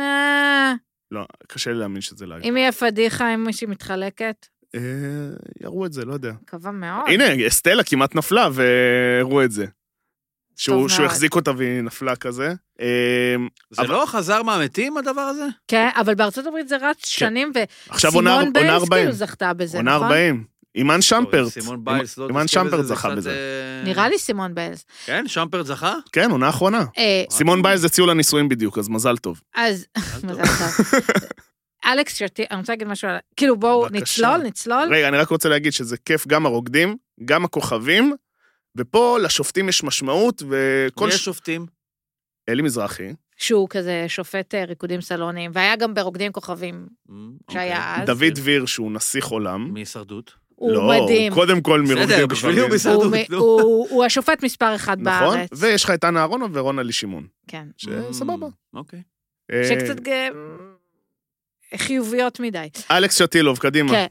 S3: לא, קשה לי להאמין שזה לייב.
S4: אם יהיה פדיחה, אם מישהי מתחלקת?
S3: יראו את זה, לא יודע.
S4: מקווה מאוד.
S3: הנה, אסטלה כמעט נפלה והראו את זה. שהוא החזיק אותה והיא נפלה כזה.
S6: זה לא חזר מהמתים הדבר הזה?
S4: כן, אבל בארצות הברית זה רץ שנים,
S3: וסימון
S4: ביילס כאילו זכתה בזה, נכון?
S3: עונה 40. אימן שמפרט.
S6: אימן
S3: שמפרט זכה בזה.
S4: נראה לי סימון ביילס.
S6: כן, שמפרט זכה?
S3: כן, עונה האחרונה. סימון ביילס הציעו לנישואים בדיוק, אז מזל טוב.
S4: אז, מזל טוב. אלכס שרתי, אני רוצה להגיד משהו, כאילו בואו נצלול.
S3: רגע, אני רק רוצה להגיד שזה כיף גם הרוקדים, גם הכוכבים, ופה לשופטים יש משמעות, וכל...
S6: מי השופטים?
S3: אלי מזרחי.
S4: שהוא כזה שופט ריקודים סלוניים, והיה גם ברוקדים כוכבים, שהיה אז.
S3: דוד דביר, שהוא נסיך עולם.
S6: מהישרדות.
S4: הוא מדהים.
S3: הוא קודם כל
S6: בסדר,
S3: מרוקדים
S6: בשבילי הוא
S3: כוכבים.
S6: מסעדות.
S4: הוא השופט מספר אחד
S3: נכון,
S4: בארץ.
S3: ויש לך את אנה אהרונוב ורונה לי שמעון.
S4: כן.
S3: שסבבה.
S6: אוקיי.
S4: שקצת חיוביות מדי.
S3: אלכס שטילוב, קדימה.
S4: כן.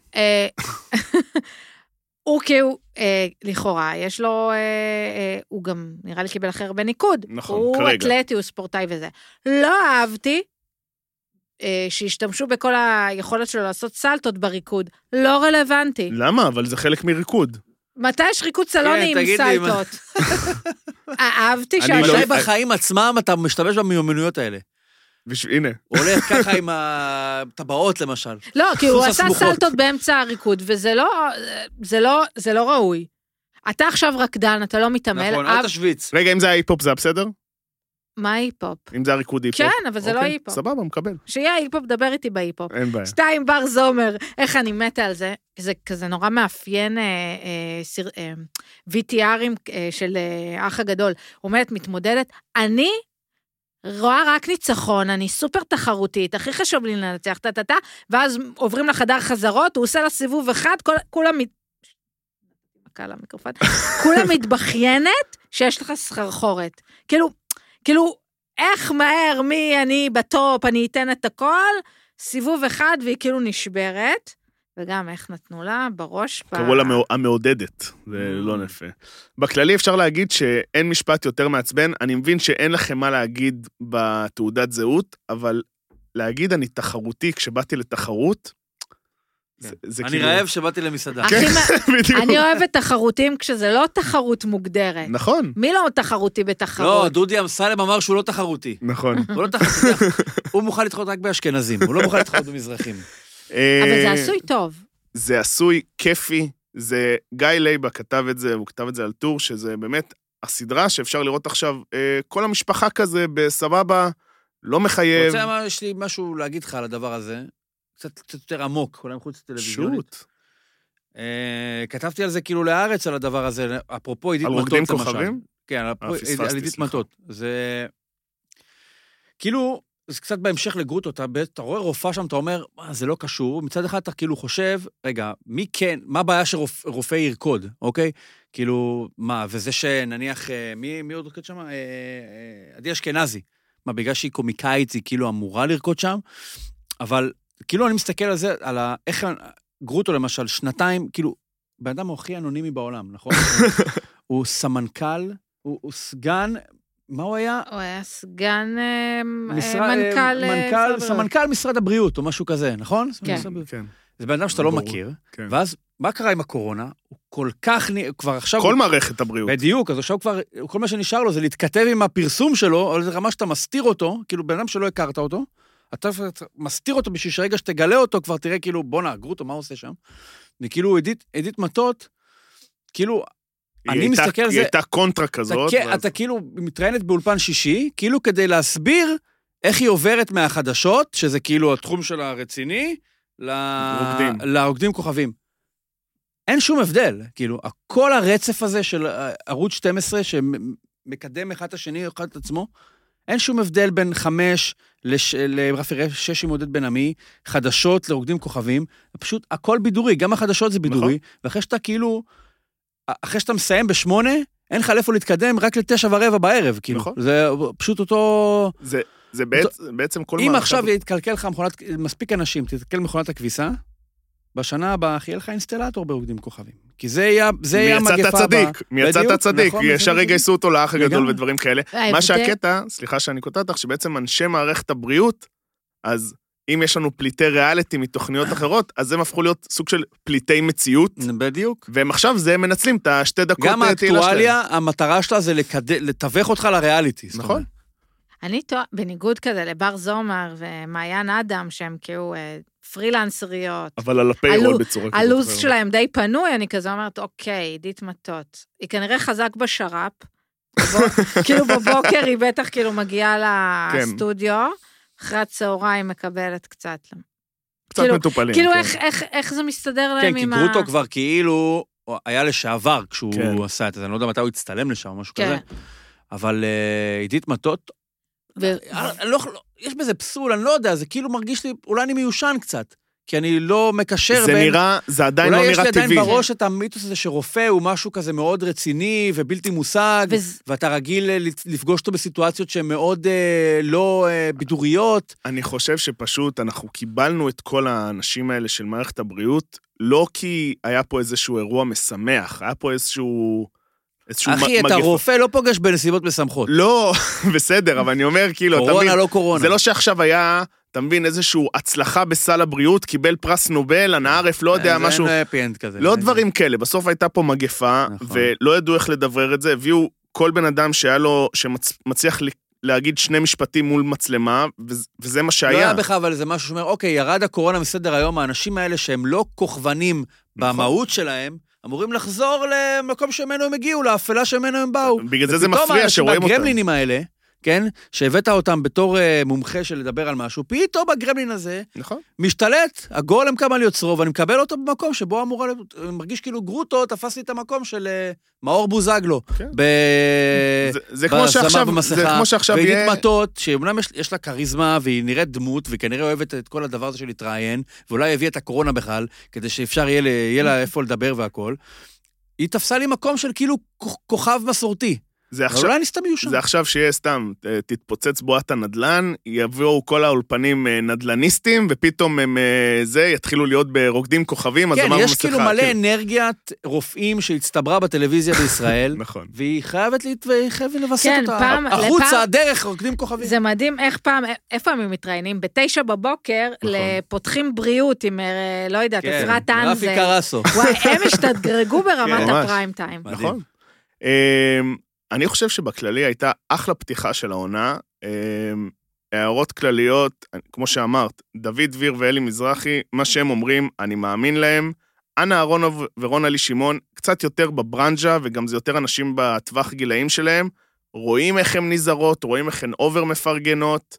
S4: הוא כאילו, לכאורה, יש לו, הוא גם נראה לי קיבל הכי הרבה ניקוד.
S3: נכון,
S4: הוא
S3: כרגע.
S4: אתלטי, הוא ספורטאי וזה. לא אהבתי שהשתמשו בכל היכולת שלו לעשות סלטות בריקוד. לא רלוונטי.
S3: למה? אבל זה חלק מריקוד.
S4: מתי יש ריקוד סלוני עם
S6: תגיד לי,
S4: סלטות? אהבתי
S3: אני לא-
S6: מתי בחיים עצמם אתה משתמש במיומנויות האלה?
S3: הנה.
S6: הוא הולך ככה עם הטבעות למשל.
S4: לא, כי הוא
S6: סוס
S4: עשה
S6: הסמוכות.
S4: סלטות באמצע הריקוד, וזה לא ראוי. אתה עכשיו רקדן, אתה לא מתעמל.
S6: נכון, אל תשוויץ.
S3: רגע, אם זה היה היפ-הופ זה בסדר?
S4: מה היפ-הופ?
S3: אם זה היה ריקוד היפ-הופ?
S4: כן, אבל זה לא
S3: אוקיי,
S4: היפ-הופ.
S3: סבבה, מקבל.
S4: שיהיה היפ-הופ, דבר איתי בהיפ-הופ.
S3: אין בעיה.
S4: 2 בר זומר, איך אני מתה על זה. זה כזה נורא מאפיין VTRים של האח הגדול. אומרת, מתמודדת, אני רואה רק ניצחון, אני סופר תחרותית, הכי חשוב לי לנצח, ואז עוברים לחדר חזרות, הוא עושה לה סיבוב אחד, כולם כולה מתבחיינת שיש לך סחרחורת. כאילו, איך מהר, מי אני בטופ, אני אתן את הכל, סיבוב אחד והיא כאילו נשברת, וגם איך נתנו לה בראש.
S3: קראו לה המעודדת, זה לא נפה. בכללי אפשר להגיד שאין משפט יותר מעצבן, אני מבין שאין לכם מה להגיד בתעודת זהות, אבל להגיד אני תחרותי כשבאתי לתחרות, זה
S6: אני
S3: כאילו...
S6: רעב שבאתי למסעדה.
S4: אני אוהבת תחרותים כשזה לא תחרות מוגדרת.
S3: נכון.
S4: מי לא תחרותי בתחרות?
S6: לא, דודי אמסלם אמר שהוא לא תחרותי.
S3: נכון.
S6: הוא לא תחרותי. הוא מוכן להתחרות רק באשכנזים, הוא לא מוכן להתחרות במזרחים.
S4: אבל זה עשוי טוב.
S3: זה עשוי כיפי, זה גיא לייבה כתב את זה, הוא כתב את זה על טור, שזה באמת הסדרה שאפשר לראות עכשיו, כל המשפחה כזה בסבבה, לא מחייב.
S6: יש לי משהו להגיד לך על הדבר הזה, קצת יותר עמוק, אולי מחוץ לטלוויזיונית.
S3: שוט.
S6: כתבתי על זה כאילו לארץ, על הדבר הזה, אפרופו עידית מטות,
S3: על רוקדים כוכבים?
S6: כן,
S3: פספסתי,
S6: על עידית
S3: סליחה.
S6: מטות. זה כאילו, זה קצת בהמשך לגרוטו, אתה רואה רופאה שם, אתה אומר, זה לא קשור, מצד אחד אתה כאילו חושב, רגע, מי כן, מה הבעיה שרופא ירקוד, אוקיי? כאילו, מה, וזה שנניח, מי עוד רוקד שם? עדי אשכנזי. מה, בגלל שהיא קומיקאית, היא כאילו אמורה לרקוד שם, אבל כאילו אני מסתכל על זה, על איך גרוטו למשל, 2, כאילו, באדם הכי אנונימי בעולם, נכון? הוא סמנכ"ל, הוא סגן, מה הוא היה?
S4: הוא היה סגן
S6: סמנכ"ל משרד הבריאות, או משהו כזה, נכון?
S4: כן.
S3: כן.
S6: זה בן אדם שאתה לא
S3: ברור.
S6: מכיר,
S3: כן.
S6: ואז מה קרה עם הקורונה? הוא כל כך, כבר עכשיו...
S3: כל מערכת הבריאות.
S6: בדיוק, אז עכשיו כבר, כל מה שנשאר לו זה להתכתב עם הפרסום שלו, אבל זה רמה שאתה מסתיר אותו, כאילו בן אדם שלא הכרת אותו, אתה מסתיר אותו בשביל שרגע שתגלה אותו, כבר תראה כאילו, בוא גרוטו, מה הוא עושה שם? וכאילו, עידית מטות, כאילו, אני מסתכל על זה...
S3: היא הייתה קונטרה כזאת.
S6: אתה כאילו מתראיינת באולפן שישי, כאילו כדי להסביר איך היא עוברת מהחדשות, שזה כאילו התחום של הרציני, לרוקדים כוכבים. אין שום הבדל, כאילו, כל הרצף הזה של ערוץ 12, שמקדם אחד את השני, אחד את עצמו, אין שום הבדל בין 5 לרפי 6 עם עודד בן עמי, חדשות לרוקדים כוכבים, פשוט הכל בידורי, גם החדשות זה בידורי, ואחרי שאתה כאילו, אחרי שאתה מסיים ב8, אין לך לאיפה להתקדם רק ל9:15 בערב, כאילו.
S3: נכון.
S6: זה פשוט אותו...
S3: זה בעצם כל...
S6: אם עכשיו יתקלקל לך מכונת, מספיק אנשים, תתקל מכונת הכביסה, בשנה הבאה יהיה לך אינסטלטור ברוקדים כוכבים. כי זה יהיה המגפה הבאה.
S3: מיצאת הצדיק, ישר יגייסו אותו לאח הגדול ודברים כאלה. מה
S4: ההבדל-
S3: שהקטע, סליחה שאני קוטע אותך, שבעצם אנשי מערכת הבריאות, אז אם יש לנו פליטי ריאליטי מתוכניות אחרות, אז הם הפכו להיות סוג של פליטי מציאות,
S6: בדיוק.
S3: והם עכשיו זה מנצלים את השתי דקות
S6: גם האקטואליה, המטרה שלה זה לתווך אותך לריאליטי. זאת
S3: נכון.
S6: אומרת.
S4: אני טועה, בניגוד כזה לבר זומר ומעיין אדם, שהם כאילו פרילנסריות,
S3: אבל על הפיירול בצורה כזאת.
S4: הלו"ז שלהם די פנוי, אני כזה אומרת, אוקיי, עידית מטות. היא כנראה חזק בשר"פ, כאילו בבוקר היא בטח כאילו מגיעה לסטודיו, אחרי הצהריים מקבלת קצת.
S3: קצת מטופלים.
S4: כאילו איך זה מסתדר להם
S6: כן, כי
S4: עם
S6: גרוטו כבר כאילו היה לשעבר כשהוא עשה את זה, אני לא יודע מתי הוא הצטלם לשם או משהו כזה, אבל עידית מטות, יש בזה פסול, אני לא יודע, זה כאילו מרגיש לי, אולי אני מיושן קצת, כי אני לא מקשר בין...
S3: זה עדיין לא נראה טבעי.
S6: אולי יש לי עדיין בראש את המיתוס הזה שרופא הוא משהו כזה מאוד רציני ובלתי מושג, ואתה רגיל לפגוש אותו בסיטואציות שהן מאוד לא בידוריות.
S3: אני חושב שפשוט אנחנו קיבלנו את כל האנשים האלה של מערכת הבריאות, לא כי היה פה איזשהו אירוע משמח, היה פה איזשהו
S6: אחי, אתה רופא לא פוגש בנסיבות משמחות.
S3: לא, בסדר, אבל אני אומר כאילו,
S6: קורונה לא קורונה.
S3: זה לא שעכשיו היה... אתה מבין, איזשהו הצלחה בסל הבריאות, קיבל פרס נובל, הנערף, לא יודע, משהו...
S6: זה פינט כזה.
S3: לא דברים כאלה, בסוף הייתה פה מגפה, ולא ידעו איך לדברר את זה, הביאו כל בן אדם שהיה לו, שמצליח להגיד 2 משפטים מול מצלמה, וזה מה שהיה.
S6: לא היה בך, אבל זה משהו שאומר, אוקיי, ירד הקורונה מסדר היום, האנשים האלה שהם לא כוכבנים במהות שלהם, אמורים לחזור למקום שמנו הם הגיעו, לאפלה שמנו הם באו.
S3: בגלל זה מפריע שרואים אותם.
S6: הגרמלינים האלה, כן, שהבאת אותם בתור מומחה של לדבר על משהו, פתאום בגרמלין הזה,
S3: נכון.
S6: משתלט, הגולם קם על יוצרו, ואני מקבל אותו במקום שבו אמורה, אני מרגיש כאילו גרוטו תפס לי את המקום של מאור בוזגלו,
S3: זה כמו שעכשיו
S6: ועידית מטות, שאומנם יש לה קריזמה, והיא נראית דמות, וכנראה אוהבת את כל הדבר הזה של להתראיין, ואולי הביא את הקורונה בכלל, כדי שאפשר יהיה לה איפה לדבר והכל, היא תפסה לי מקום של כאילו כוכב מסורתי. אולי אני סתם מיושן.
S3: זה עכשיו שיהיה סתם, תתפוצץ בועת הנדלן, יבואו כל האולפנים נדלניסטים, ופתאום הם יתחילו להיות ברוקדים כוכבים,
S6: כן, יש כאילו מלא אנרגיית רופאים שהצטברה בטלוויזיה בישראל,
S3: נכון.
S6: והיא חייבת לבסט אותה. החוצה, הדרך, רוקדים כוכבים.
S4: זה מדהים איך פעם, איפה הם מתראיינים? 9 בבוקר, לפותחים בריאות עם, לא יודעת, אפרת אנזה.
S6: רפי קרסו.
S4: וואי, הם השתדרגו ברמת הפריים טיים.
S3: נכון. אני חושב שבכללי הייתה אחלה פתיחה של העונה, הערות כלליות, כמו שאמרת, דוד דביר ואלי מזרחי, מה שהם אומרים, אני מאמין להם, אנה אהרונוב ורונה לי שמעון, קצת יותר בברנג'ה, וגם זה יותר אנשים בטווח גילאים שלהם, רואים איך הן נזרות, רואים איך הן אובר מפרגנות,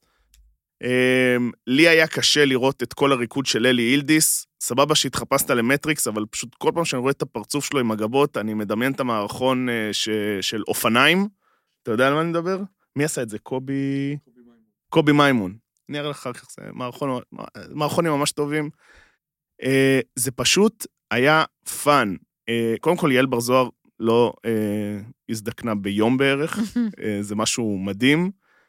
S3: לי היה קשה לראות את כל הריקוד של אלי אילדיס, סבבה שהתחפשת למטריקס, אבל פשוט כל פעם שאני רואה את הפרצוף שלו עם הגבות, אני מדמיין את המערכון של אופניים. אתה יודע על מה אני מדבר? מי עשה את זה? קובי מימון. אני אראה לך אחר כך, זה מערכונים ממש טובים. זה פשוט היה פאן. קודם כל, יעל בר זוהר לא הזדקנה ביום בערך, זה משהו מדהים.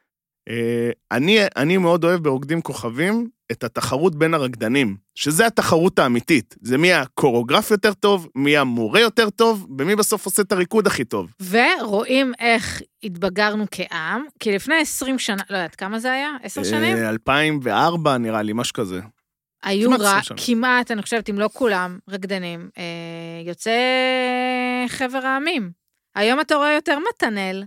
S3: אני מאוד אוהב ברוקדים כוכבים את התחרות בין הרקדנים, שזה התחרות האמיתית. זה מי הקוריאוגרף יותר טוב, מי המורה יותר טוב, ומי בסוף עושה את הריקוד הכי טוב.
S4: ורואים איך התבגרנו כעם, כי לפני 20 שנה, לא יודעת כמה זה היה? 10 שנים?
S3: 2004 נראה לי, משהו כזה.
S4: היו כמעט, אני חושבת, אם לא כולם, רקדנים, יוצא חבר העמים. היום אתה רואה יותר מתנאל,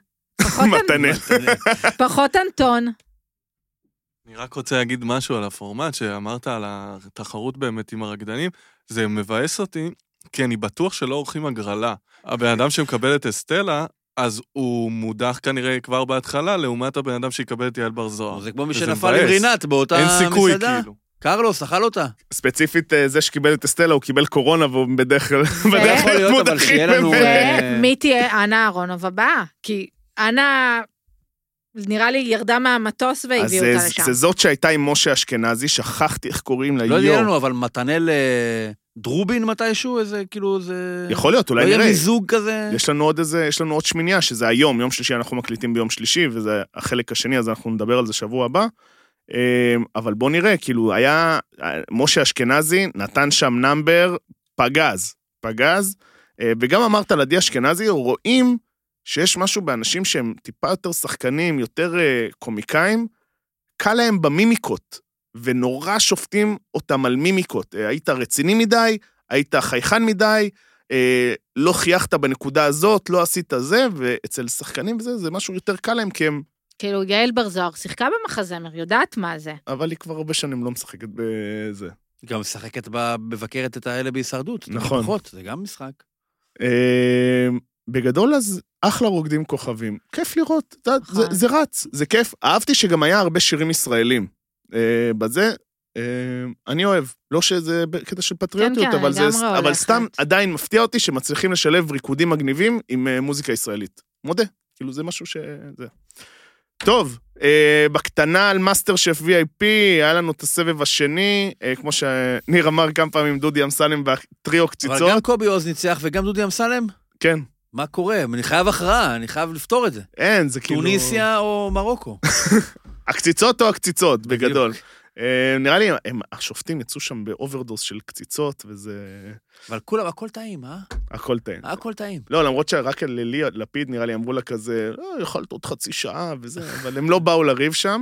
S4: פחות אנטון.
S5: אני רק רוצה להגיד משהו על הפורמט, שאמרת על התחרות באמת עם הרקדנים, זה מבאס אותי, כי אני בטוח שלא עורכים הגרלה. הבן אדם שמקבל את אסטלה, אז הוא מודח כנראה כבר בהתחלה, לעומת הבן אדם שיקבל את יעל בר זוהר.
S6: זה כמו מי שנפל עם רינת באותה מסעדה.
S5: אין סיכוי כאילו.
S6: קרלוס, אכל אותה.
S3: ספציפית זה שקיבל את אסטלה, הוא קיבל קורונה, והוא בדרך כלל
S6: מודחים.
S4: ומי תהיה אנה אהרונוב הבאה? כי אנה, נראה לי, ירדה מהמטוס והביאו אותה לשם.
S3: זה זאת שהייתה עם משה אשכנזי, שכחתי איך קוראים לה.
S6: לא יודע לנו, אבל מתנאל דרובין מתישהו, איזה כאילו זה...
S3: יכול להיות, אולי
S6: נראה.
S3: לא
S6: יהיה מיזוג כזה.
S3: יש לנו עוד שמיניה, שזה היום, יום שלישי אנחנו מקליטים ביום שלישי, וזה החלק השני, אז אנחנו נדבר על זה שבוע הבא. אבל בוא נראה, כאילו היה, משה אשכנזי נתן שם נאמבר, פגז, וגם אמרת על עדי אשכנזי, רואים שיש משהו באנשים שהם טיפה יותר שחקנים, יותר קומיקאים, קל להם במימיקות, ונורא שופטים אותם על מימיקות. היית רציני מדי, היית חייכן מדי, לא חייכת בנקודה הזאת, לא עשית זה, ואצל שחקנים וזה, זה משהו יותר קל להם, כי הם...
S4: כאילו, יעל בר זוהר שיחקה במחזמר, יודעת מה זה.
S3: אבל היא כבר הרבה שנים לא משחקת בזה.
S6: גם משחקת מבקרת את האלה בהישרדות.
S3: נכון.
S6: פחות, זה גם משחק.
S3: בגדול אז אחלה רוקדים כוכבים. כיף לראות, זה רץ, זה כיף. אהבתי שגם היה הרבה שירים ישראלים. בזה, אני אוהב. לא שזה קטע של פטריוטיות, אבל סתם עדיין מפתיע אותי שמצליחים לשלב ריקודים מגניבים עם מוזיקה ישראלית. מודה. כאילו זה משהו שזה... טוב, בקטנה על מאסטר שף VIP, היה לנו את הסבב השני, כמו שניר אמר כמה פעמים, דודי אמסלם והטריו קציצות.
S6: אבל גם קובי עוז ניצח וגם דודי אמסלם?
S3: כן.
S6: מה קורה? אני חייב הכרעה, אני חייב לפתור את זה.
S3: אין, זה כאילו...
S6: טוניסיה או מרוקו?
S3: הקציצות או הקציצות, בגדול. נראה לי, השופטים יצאו שם באוברדוס של קציצות, וזה...
S6: אבל כולם, הכל טעים, אה?
S3: הכל טעים.
S6: הכל טעים.
S3: לא, למרות שרק ללי לפיד, נראה לי, אמרו לה כזה, יכולת עוד חצי שעה וזה, אבל הם לא באו לריב שם.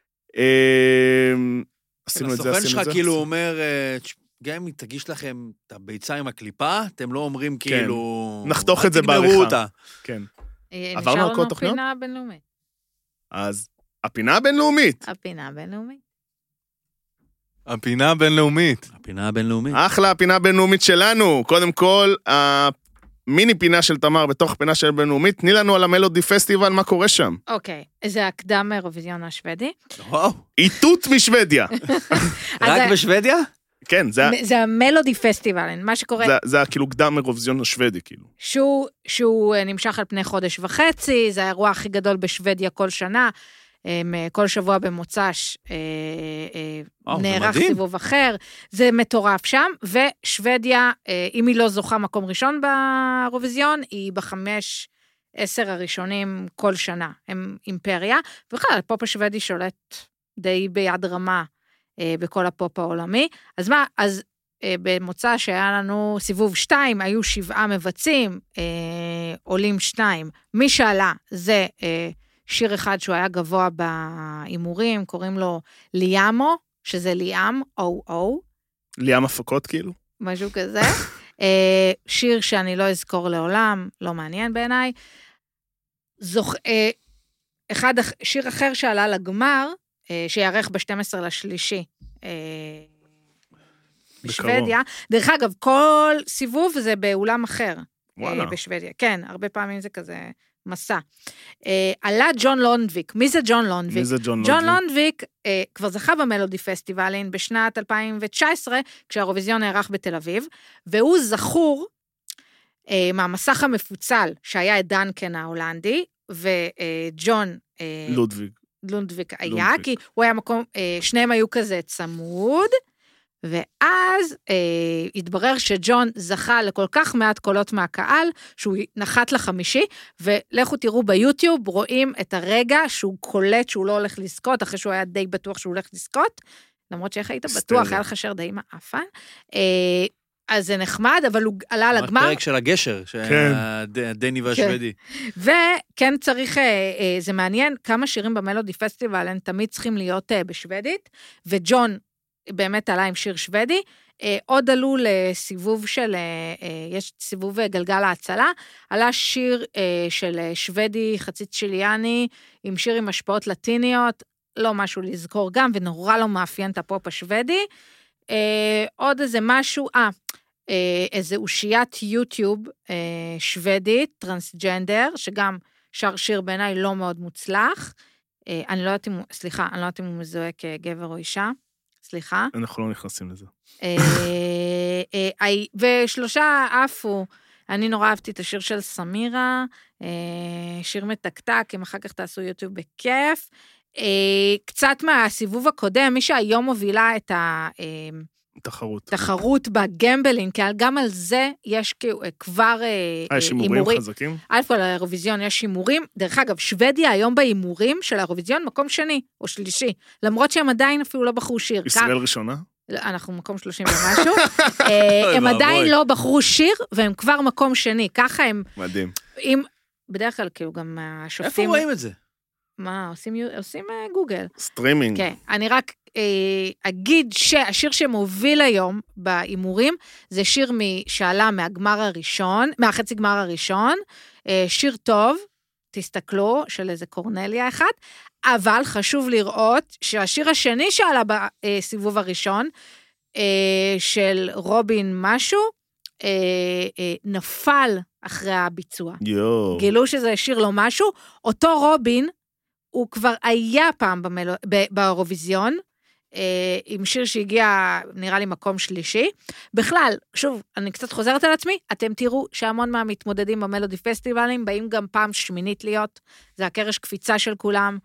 S3: עשינו את זה,
S6: הסוכן שלך כאילו אומר, גם אם תגיש לכם את הביצה עם הקליפה, אתם לא אומרים כאילו...
S3: נחתוך את זה בעריכה. כן. עברנו על כל תוכניות?
S4: הפינה הבינלאומית.
S3: אז, הפינה הבינלאומית.
S4: הפינה הבינלאומית.
S5: הפינה הבינלאומית.
S6: הפינה הבינלאומית.
S3: אחלה, הפינה הבינלאומית שלנו. קודם כל, המיני פינה של תמר בתוך פינה של בינלאומית, תני לנו על המלודי פסטיבל, מה קורה שם.
S4: אוקיי, זה הקדם אירוויזיון השוודי.
S6: וואו.
S3: איתות משוודיה.
S6: רק בשוודיה?
S3: כן,
S4: זה המלודי פסטיבל, מה שקורה...
S3: זה כאילו קדם אירוויזיון השוודי, כאילו.
S4: שהוא נמשך על פני חודש וחצי, זה האירוע הכי גדול בשוודיה כל שנה, כל שבוע במוצ"ש נערך סיבוב אחר, זה מטורף שם, ושוודיה, אם היא לא זוכה מקום ראשון באירוויזיון, היא ב5-10 הראשונים כל שנה, הם אימפריה, ובכלל, הפופ השוודי שולט די ביד רמה בכל הפופ העולמי, אז מה, אז במוצ"ש שהיה לנו סיבוב 2, היו 7 מבצעים, עולים 2, מי שעלה זה... שיר אחד שהוא היה גבוה באימורים, קוראים לו ליאמו, שזה ליאם, או. ליאם הפקות כאילו? משהו כזה. שיר שאני לא אזכור לעולם, לא מעניין בעיניי. שיר אחר שעלה לגמר, שיערך ב-12 לשלישי, בשוודיה. דרך אגב, כל סיבוב זה באולם אחר, בשוודיה. כן, הרבה פעמים זה כזה... מסע. עלה ג'ון לונדוויק. מי זה ג'ון לונדוויק? ג'ון לונדוויק כבר זכה במלודי פסטיבלין בשנת 2019, כשהאירוויזיון נערך בתל אביב, והוא זכור מהמסך המפוצל, שהיה את דנקן ההולנדי, וג'ון לונדוויק היה, כי הוא היה מקום, שניהם היו כזה צמוד, ואז התברר שג'ון זכה לכל כך מעט קולות מהקהל, שהוא נחת ל50, ולכו תראו ביוטיוב, רואים את הרגע שהוא קולט שהוא לא הולך לזכות, אחרי שהוא היה די בטוח שהוא הולך לזכות, למרות שאיך היית בטוח, היה לך שר די מאפן, אז זה נחמד, אבל הוא עלה לגמר.
S6: פרק של הגשר, הדני והשוודי.
S4: וכן צריך, זה מעניין, כמה שירים במלודי פסטיבל, הם תמיד צריכים להיות בשוודית, וג'ון, באמת עלה עם שיר שוודי, עוד עלו לסיבוב של, יש סיבוב גלגל ההצלה, עלה שיר של שוודי חצי צ'יליאני, עם שיר עם השפעות לטיניות, לא משהו לזכור גם, ונורא לא מאפיין את הפופ השוודי, עוד איזה משהו, איזה אושיית יוטיוב שוודית, טרנסג'נדר, שגם שר שיר בעיניי לא מאוד מוצלח, אני לא יודעת אם הוא מזוהה כגבר או אישה, סליחה.
S3: אנחנו לא נכנסים לזה.
S4: ושלושה עפו, אני נורא אהבתי את השיר של סמירה, שיר מתקתק, אם אחר כך תעשו יוטיוב בכיף. קצת מהסיבוב הקודם, מי שהיום מובילה את תחרות בגמבלין, כי גם על זה יש כבר
S3: יש הימורים חזקים?
S4: אלף על האירוויזיון יש הימורים, דרך אגב, שוודיה היום בהימורים של האירוויזיון מקום שני או שלישי, למרות שהם עדיין אפילו לא בחרו שיר.
S3: ישראל ראשונה?
S4: אנחנו מקום 30 ומשהו, הם עדיין לא בחרו שיר, והם כבר מקום שני, ככה הם...
S3: מדהים.
S4: בדרך כלל כאילו גם השופטים...
S6: איפה רואים את זה?
S4: מה, עושים גוגל.
S3: סטרימינג.
S4: כן, אני רק אגיד שהשיר שמוביל היום בהימורים, זה שיר שעלה מהחצי גמר הראשון, שיר טוב, תסתכלו, של איזה קורנליה אחת, אבל חשוב לראות שהשיר השני שעלה בסיבוב הראשון, של רובין משהו, נפל אחרי הביצוע. גילו שזה שיר לא משהו, אותו רובין, הוא כבר היה פעם באירוויזיון, עם שיר שהגיע, נראה לי, מקום שלישי. בכלל, שוב, אני קצת חוזרת על עצמי, אתם תראו שהמון מהמתמודדים במלודי פסטיבלים, באים גם פעם שמינית להיות, זה הקרש קפיצה של כולם.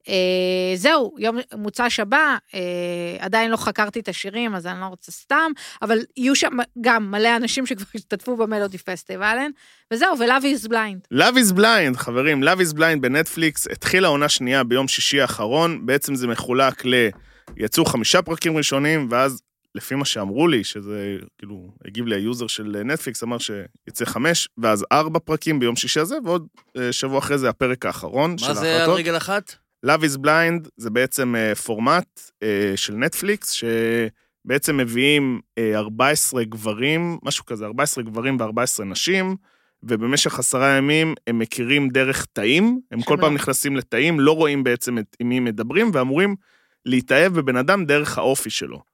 S4: זהו, יום מוצא שבא, עדיין לא חקרתי את השירים, אז אני לא רוצה סתם, אבל יהיו שם גם מלא אנשים שכבר השתתפו במלודי פסטיבלן, וזהו, ו-Love is Blind.
S3: Love is Blind, חברים, Love is Blind בנטפליקס, התחילה עונה שנייה ביום שישי האחרון, בעצם זה מחולק יצאו 5 פרקים ראשונים, ואז לפי מה שאמרו לי, שזה כאילו, הגיב לי היוזר של נטפליקס, אמר שיצא 5, ואז 4 פרקים ביום שישי הזה, ועוד שבוע אחרי זה הפרק האחרון של ההחלטות.
S6: מה זה על רגל אחת?
S3: Love is Blind זה בעצם פורמט של נטפליקס, שבעצם מביאים 14 גברים, משהו כזה, 14 גברים ו14 נשים, ובמשך 10 ימים הם מכירים דרך תאים, הם כל פעם נכנסים לתאים, לא רואים בעצם עם מי מדברים, ואמורים להתאהב בבן אדם דרך האופי שלו.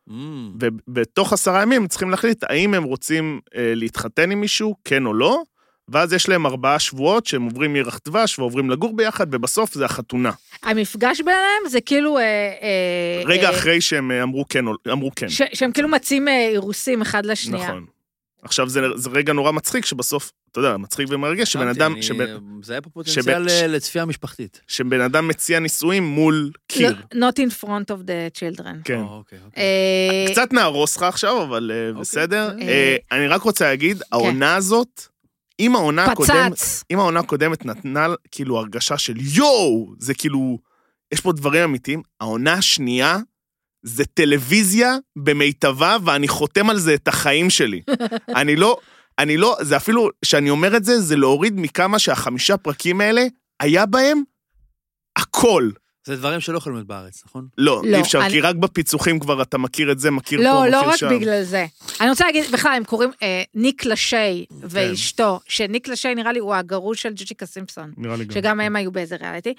S3: ובתוך 10 ימים הם צריכים להחליט האם הם רוצים להתחתן עם מישהו, כן או לא, ואז יש להם 4 שבועות שהם עוברים ירח דבש ועוברים לגור ביחד, ובסוף זה החתונה.
S4: המפגש ביניהם זה כאילו...
S3: רגע אחרי שהם אמרו כן.
S4: שהם כאילו מציעים אירוסים אחד לשנייה.
S3: נכון. עכשיו זה רגע נורא מצחיק שבסוף, אתה יודע, מצחיק ומרגש, שבן אדם...
S6: זה היה פה פוטנציאל לצפייה משפחתית.
S3: שבן אדם מציע נישואים מול קיר.
S4: Not in front of the children.
S3: כן. קצת נהרוס לך עכשיו, אבל בסדר. אני רק רוצה להגיד, העונה הזאת, אם העונה הקודמת נתנה כאילו הרגשה של יואו, זה כאילו, יש פה דברים אמיתיים, העונה השנייה זה טלוויזיה במיטבה, ואני חותם על זה את החיים שלי. אני לא, זה אפילו, שאני אומר את זה, זה להוריד מכמה שה5 פרקים האלה, היה בהם הכל.
S6: זה דברים שלא יכולים להיות בארץ, נכון?
S3: לא, אי אפשר, כי רק בפיצוחים כבר אתה מכיר את זה, מכיר פה, מכיר שם.
S4: לא רק בגלל זה. אני רוצה להגיד, בכלל, הם קוראים ניק לשי ואשתו, שניק לשי נראה לי הוא הגרוש של ג'ג'יקה סימפסון, שגם הם היו באיזה ריאליטי.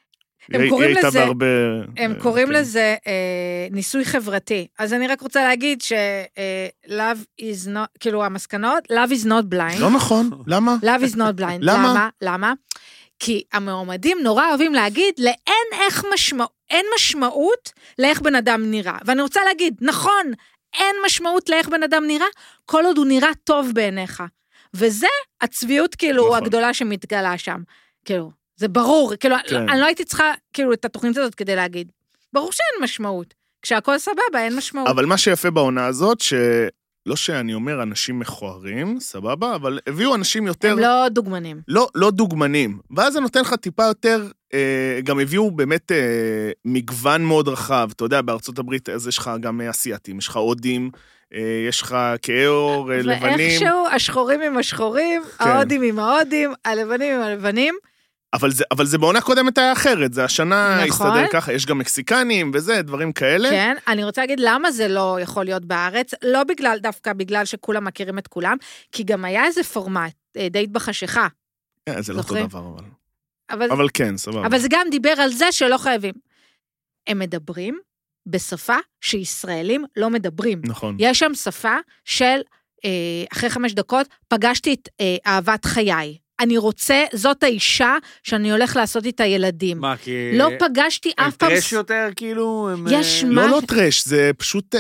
S4: הם קוראים לזה ניסוי חברתי. אז אני רק רוצה להגיד ש-love is not, כאילו המסקנות, love is not blind.
S3: לא נכון, למה?
S4: love is not blind. למה? כי המועמדים נורא אוהבים להגיד, אין משמעות לאיך בן אדם נראה. ואני רוצה להגיד, נכון, אין משמעות לאיך בן אדם נראה, כל עוד הוא נראה טוב בעיניך. וזה הצביעות כאילו הגדולה שמתגלה שם. כאילו, זה ברור, כאילו, אני לא הייתי צריכה כאילו את התוכנית הזאת כדי להגיד. ברור שאין משמעות. כשהכל סבבה, אין משמעות.
S3: אבל מה שיפה בעונה הזאת, לא שאני אומר אנשים מכוערים, סבבה, אבל הביאו אנשים יותר...
S4: הם לא דוגמנים.
S3: לא דוגמנים. ואז זה נותן לך טיפה יותר, גם הביאו באמת מגוון מאוד רחב. אתה יודע, בארצות הברית, אז יש לך גם אסייתים, יש לך הודים, יש לך כאור, לבנים.
S4: ואיכשהו, השחורים עם השחורים, ההודים עם ההודים, הלבנים עם הלבנים.
S3: אבל זה בעונה קודמת היה אחרת, זה השנה הסתדר ככה, יש גם מקסיקנים וזה, דברים כאלה.
S4: כן, אני רוצה להגיד למה זה לא יכול להיות בארץ, לא דווקא בגלל שכולם מכירים את כולם, כי גם היה איזה פורמט, דייט בחשיכה.
S3: זה לא אותו דבר, אבל כן, סבבה.
S4: אבל זה גם דיבר על זה שלא חייבים. הם מדברים בשפה שישראלים לא מדברים.
S3: נכון.
S4: יש שם שפה של, אחרי 5 דקות, פגשתי את אהבת חיי. אני רוצה, זאת האישה שאני הולך לעשות איתה ילדים.
S6: מה, כי...
S4: לא פגשתי אף פעם...
S6: הם טרש יותר, כאילו?
S4: יש מה...
S3: לא טרש, זה פשוט...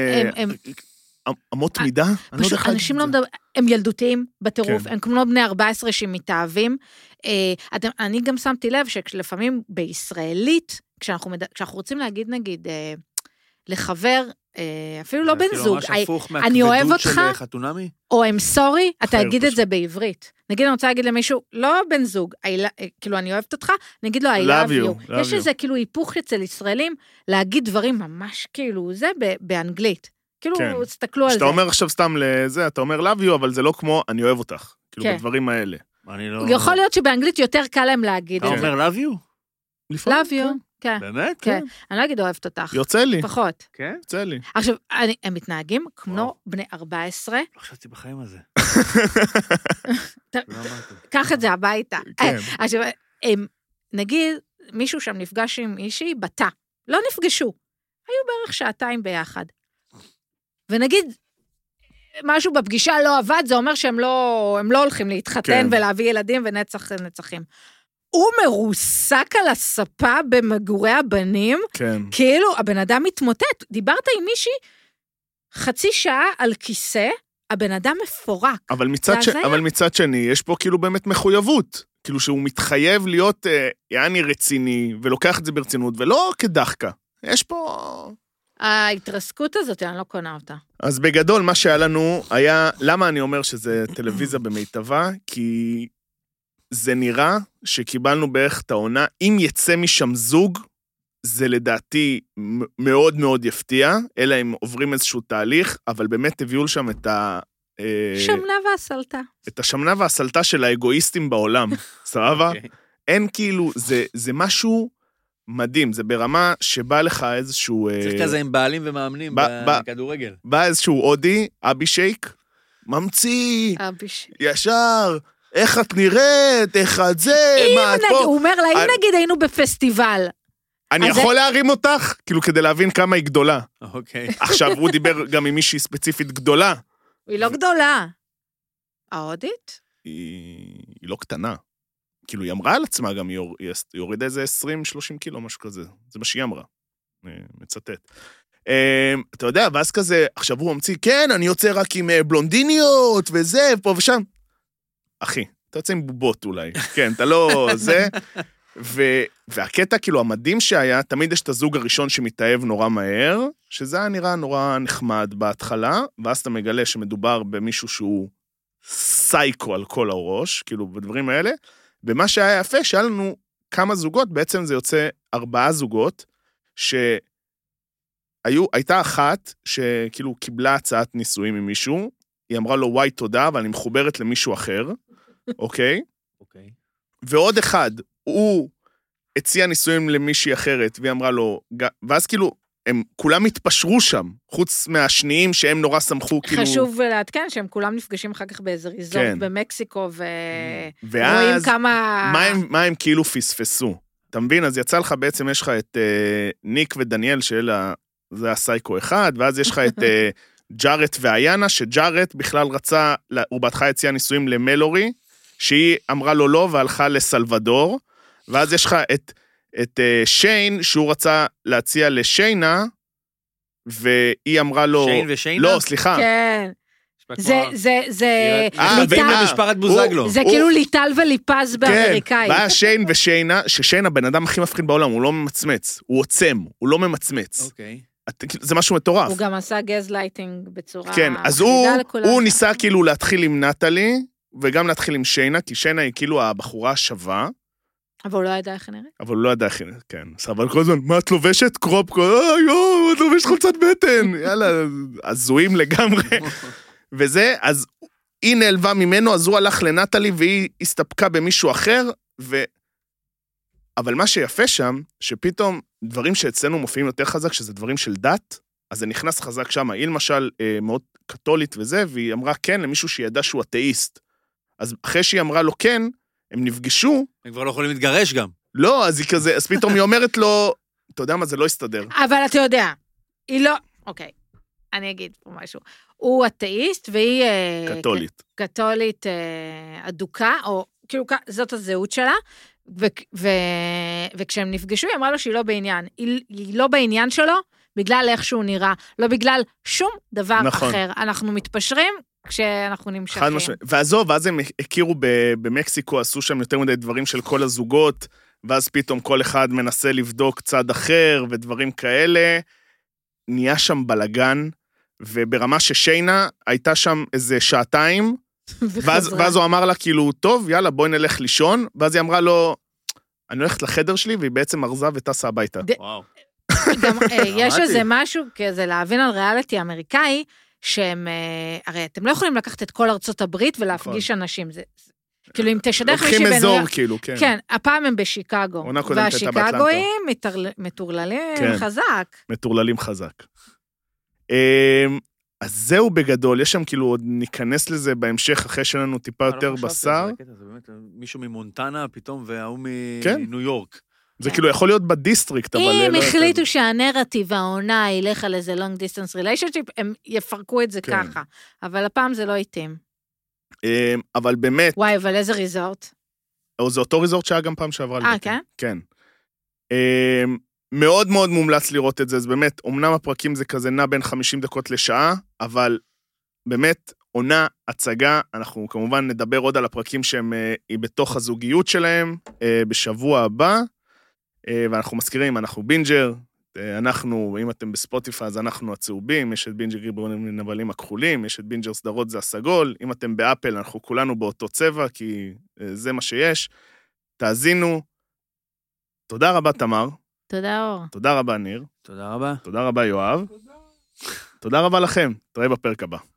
S3: אמות מידה?
S4: פשוט אנשים לא מדברים... הם ילדותיים בטירוף, הם כמו בני 14 שמתאהבים. אני גם שמתי לב שלפעמים בישראלית, כשאנחנו רוצים להגיד, נגיד, לחבר... אפילו לא בן זוג, אני אוהב אותך, או I'm sorry, אתה אגיד את זה בעברית. נגיד, אני רוצה להגיד למישהו, לא בן זוג, כאילו אני אוהבת אותך, נגיד לו I love you. יש איזה כאילו היפוך אצל ישראלים, להגיד דברים ממש כאילו, זה באנגלית. כאילו, תסתכלו על זה.
S3: שאתה אומר עכשיו סתם לזה, אתה אומר love you, אבל זה לא כמו אני אוהב אותך. כאילו בדברים האלה.
S4: יכול להיות שבאנגלית יותר קל להם להגיד את זה.
S6: אתה אומר love you?
S4: love you. כן.
S6: באמת?
S4: כן. אני לא אגיד אוהבת אותך.
S3: יוצא לי.
S4: פחות.
S6: כן?
S3: יוצא לי.
S4: עכשיו, הם מתנהגים כמו בני 14.
S6: לא חשבתי בחיים הזה.
S4: קח את זה הביתה.
S3: כן.
S4: עכשיו, נגיד, מישהו שם נפגש עם אישי, בתא. לא נפגשו. היו בערך 2 שעתיים ביחד. ונגיד, משהו בפגישה לא עבד, זה אומר שהם לא הולכים להתחתן ולהביא ילדים ונצחים. הוא מרוסק על הספה במגורי הבנים,
S3: כן.
S4: כאילו הבן אדם מתמוטט. דיברת עם מישהי חצי שעה על כיסא, הבן אדם מפורק.
S3: אבל מצד שני, יש פה כאילו באמת מחויבות. כאילו שהוא מתחייב להיות יעני רציני, ולוקח את זה ברצינות, ולא כדחקה. יש פה...
S4: ההתרסקות הזאת, אני לא קונה אותה.
S3: אז בגדול, מה שהיה לנו היה, למה אני אומר שזה טלוויזיה במיטבה? כי זה נראה שקיבלנו בערך את העונה, אם יצא משם זוג, זה לדעתי מאוד מאוד יפתיע, אלא אם עוברים איזשהו תהליך, אבל באמת הביאו שם את ה...
S4: שמנה והסלטה.
S3: את השמנה והסלטה של האגואיסטים בעולם, סבבה? אין כאילו, זה משהו מדהים, זה ברמה שבא לך איזשהו...
S6: צריך כזה עם בעלים ומאמנים בכדורגל.
S3: בא איזשהו אודי, אבי שייק, ממציא, ישר, איך את נראית, איך את זה, מה את פה?
S4: הוא אומר לה, אם נגיד היינו בפסטיבל.
S3: אני יכול להרים אותך, כאילו כדי להבין כמה היא גדולה.
S6: אוקיי.
S3: עכשיו הוא דיבר גם עם מישהי ספציפית גדולה.
S4: היא לא גדולה. ההודית?
S3: היא לא קטנה. כאילו היא אמרה על עצמה גם, היא יורידה איזה 20-30 קילו, משהו כזה. זה מה שהיא אמרה. מצטט. אתה יודע, ואז כזה, עכשיו הוא ממציא, כן, אני יוצא רק עם בלונדיניות וזה, פה ושם. אחי, אתה יוצא עם בובות אולי. כן, אתה לא זה. והקטע, כאילו, המדהים שהיה, תמיד יש את הזוג הראשון שמתאהב נורא מהר, שזה היה נראה נורא נחמד בהתחלה, ואז אתה מגלה שמדובר במישהו שהוא סייקו על כל הראש, כאילו, בדברים האלה, ומה שהיה יפה, שהיה לנו כמה זוגות, בעצם זה יוצא 4 זוגות, הייתה אחת שכאילו קיבלה הצעת נישואים ממישהו, היא אמרה לו, וואי, תודה, אבל אני מחוברת למישהו אחר, אוקיי?
S6: אוקיי.
S3: ועוד אחד, הוא הציע נישואים למישהי אחרת, והיא אמרה לו, ואז כאילו, הם כולם התפשרו שם, חוץ מהשניים שהם נורא שמחו, כאילו...
S4: חשוב לעדכן שהם כולם נפגשים אחר כך באיזה ריזורט
S3: כן.
S4: במקסיקו,
S3: ואז,
S4: רואים כמה...
S3: מה הם כאילו פספסו? אתה מבין? אז יצא לך בעצם, יש לך את ניק ודניאל, זה הסייקו אחד, ואז יש לך את ג'ארט ואיינה, שג'ארט בכלל רצה, הוא בהתחלה הציע נישואים למלורי, שהיא אמרה לו לא, והלכה לסלבדור, ואז יש לך את שיין, שהוא רצה להציע לשיינה, והיא אמרה לו...
S6: שיין ושיינה?
S3: לא, סליחה.
S4: כן. זה
S6: משפחת בוזגלו.
S4: זה כאילו ליטל וליפז באמריקאי.
S3: כן, והיה שיין ושיינה, ששיין הבן אדם הכי מפחיד בעולם, הוא לא ממצמץ, הוא עוצם, הוא לא ממצמץ.
S6: אוקיי.
S3: זה משהו מטורף.
S4: הוא גם עשה גז לייטינג בצורה...
S3: כן, אז הוא ניסה כאילו להתחיל עם נטלי, וגם להתחיל עם שיינה, כי שיינה היא כאילו הבחורה השווה.
S4: אבל הוא לא ידע איך נראית.
S3: אבל הוא לא ידע איך נראית, כן. אבל כל הזמן, מה את לובשת? קרופ, יואו, את לובשת חולצת בטן. יאללה, הזויים לגמרי. וזה, אז היא נעלבה ממנו, אז הוא הלך לנטלי, והיא הסתפקה במישהו אחר, אבל מה שיפה שם, שפתאום דברים שאצלנו מופיעים יותר חזק, שזה דברים של דת, אז זה נכנס חזק שם. היא למשל מאוד קתולית וזה, והיא אמרה כן למישהו שידע שהוא אתאיסט. אז אחרי שהיא אמרה לו כן, הם נפגשו.
S6: הם כבר לא יכולים להתגרש גם.
S3: לא, אז היא כזה, אז פתאום היא אומרת לו, אתה יודע מה, זה לא יסתדר.
S4: אבל אתה יודע, היא לא, אוקיי, אני אגיד פה משהו. הוא אתאיסט והיא...
S3: קתולית.
S4: קתולית אדוקה, או כאילו, זאת הזהות שלה, וכשהם נפגשו, היא אמרה לו שהיא לא בעניין. היא לא בעניין שלו, בגלל איך שהוא נראה, לא בגלל שום דבר אחר. אנחנו מתפשרים כשאנחנו נמשכים.
S3: ועזוב, ואז הם הכירו במקסיקו, עשו שם יותר מדי דברים של כל הזוגות, ואז פתאום כל אחד מנסה לבדוק צד אחר, ודברים כאלה. נהיה שם בלגן, וברמה ששיינה הייתה שם איזה שעתיים, ואז הוא אמר לה כאילו, טוב, יאללה, בואי נלך לישון, ואז היא אמרה לו, אני הולכת לחדר שלי, והיא בעצם ארזה וטסה הביתה.
S6: וואו.
S4: יש איזה משהו כזה להבין על ריאליטי אמריקאי, שהם, הרי אתם לא יכולים לקחת את כל ארצות הברית ולהפגיש אנשים, זה, כאילו אם תשדך מישהי
S3: לוקחים אזור כאילו, כן.
S4: כן, הפעם הם בשיקגו, והשיקגואים מטורללים חזק.
S3: מטורללים חזק. אז זהו בגדול, יש שם כאילו, עוד ניכנס לזה בהמשך, אחרי שלנו טיפה יותר בשר.
S6: זה באמת מישהו ממונטנה פתאום, והוא מניו יורק.
S3: זה כאילו יכול להיות בדיסטריקט, אבל...
S4: אם החליטו שהנרטיב העונה ילך על איזה long distance relationship, הם יפרקו את זה ככה. אבל הפעם זה לא יתאים.
S3: אבל באמת...
S4: וואי, אבל איזה ריזורט?
S3: או זה אותו ריזורט שהיה גם פעם שעברה.
S4: כן?
S3: כן. מאוד מאוד מומלץ לראות את זה, אז באמת, אמנם הפרקים זה כזה נע בין 50 דקות לשעה, אבל באמת, עונה, הצגה, אנחנו כמובן נדבר עוד על הפרקים שהם בתוך הזוגיות שלהם, בשבוע הבא, ואנחנו מזכירים, אנחנו בינג'ר, אנחנו, אם אתם בספוטיפיי, אז אנחנו הצהובים, יש את בינג'ר גיבורים נבלים הכחולים, יש את בינג'ר סדרות זה הסגול, אם אתם באפל, אנחנו כולנו באותו צבע, כי זה מה שיש. תאזינו. תודה רבה, תמר.
S4: תודה, אור.
S3: תודה רבה, ניר.
S6: תודה רבה.
S3: תודה רבה, יואב. תודה רבה לכם. תראה בפרק הבא.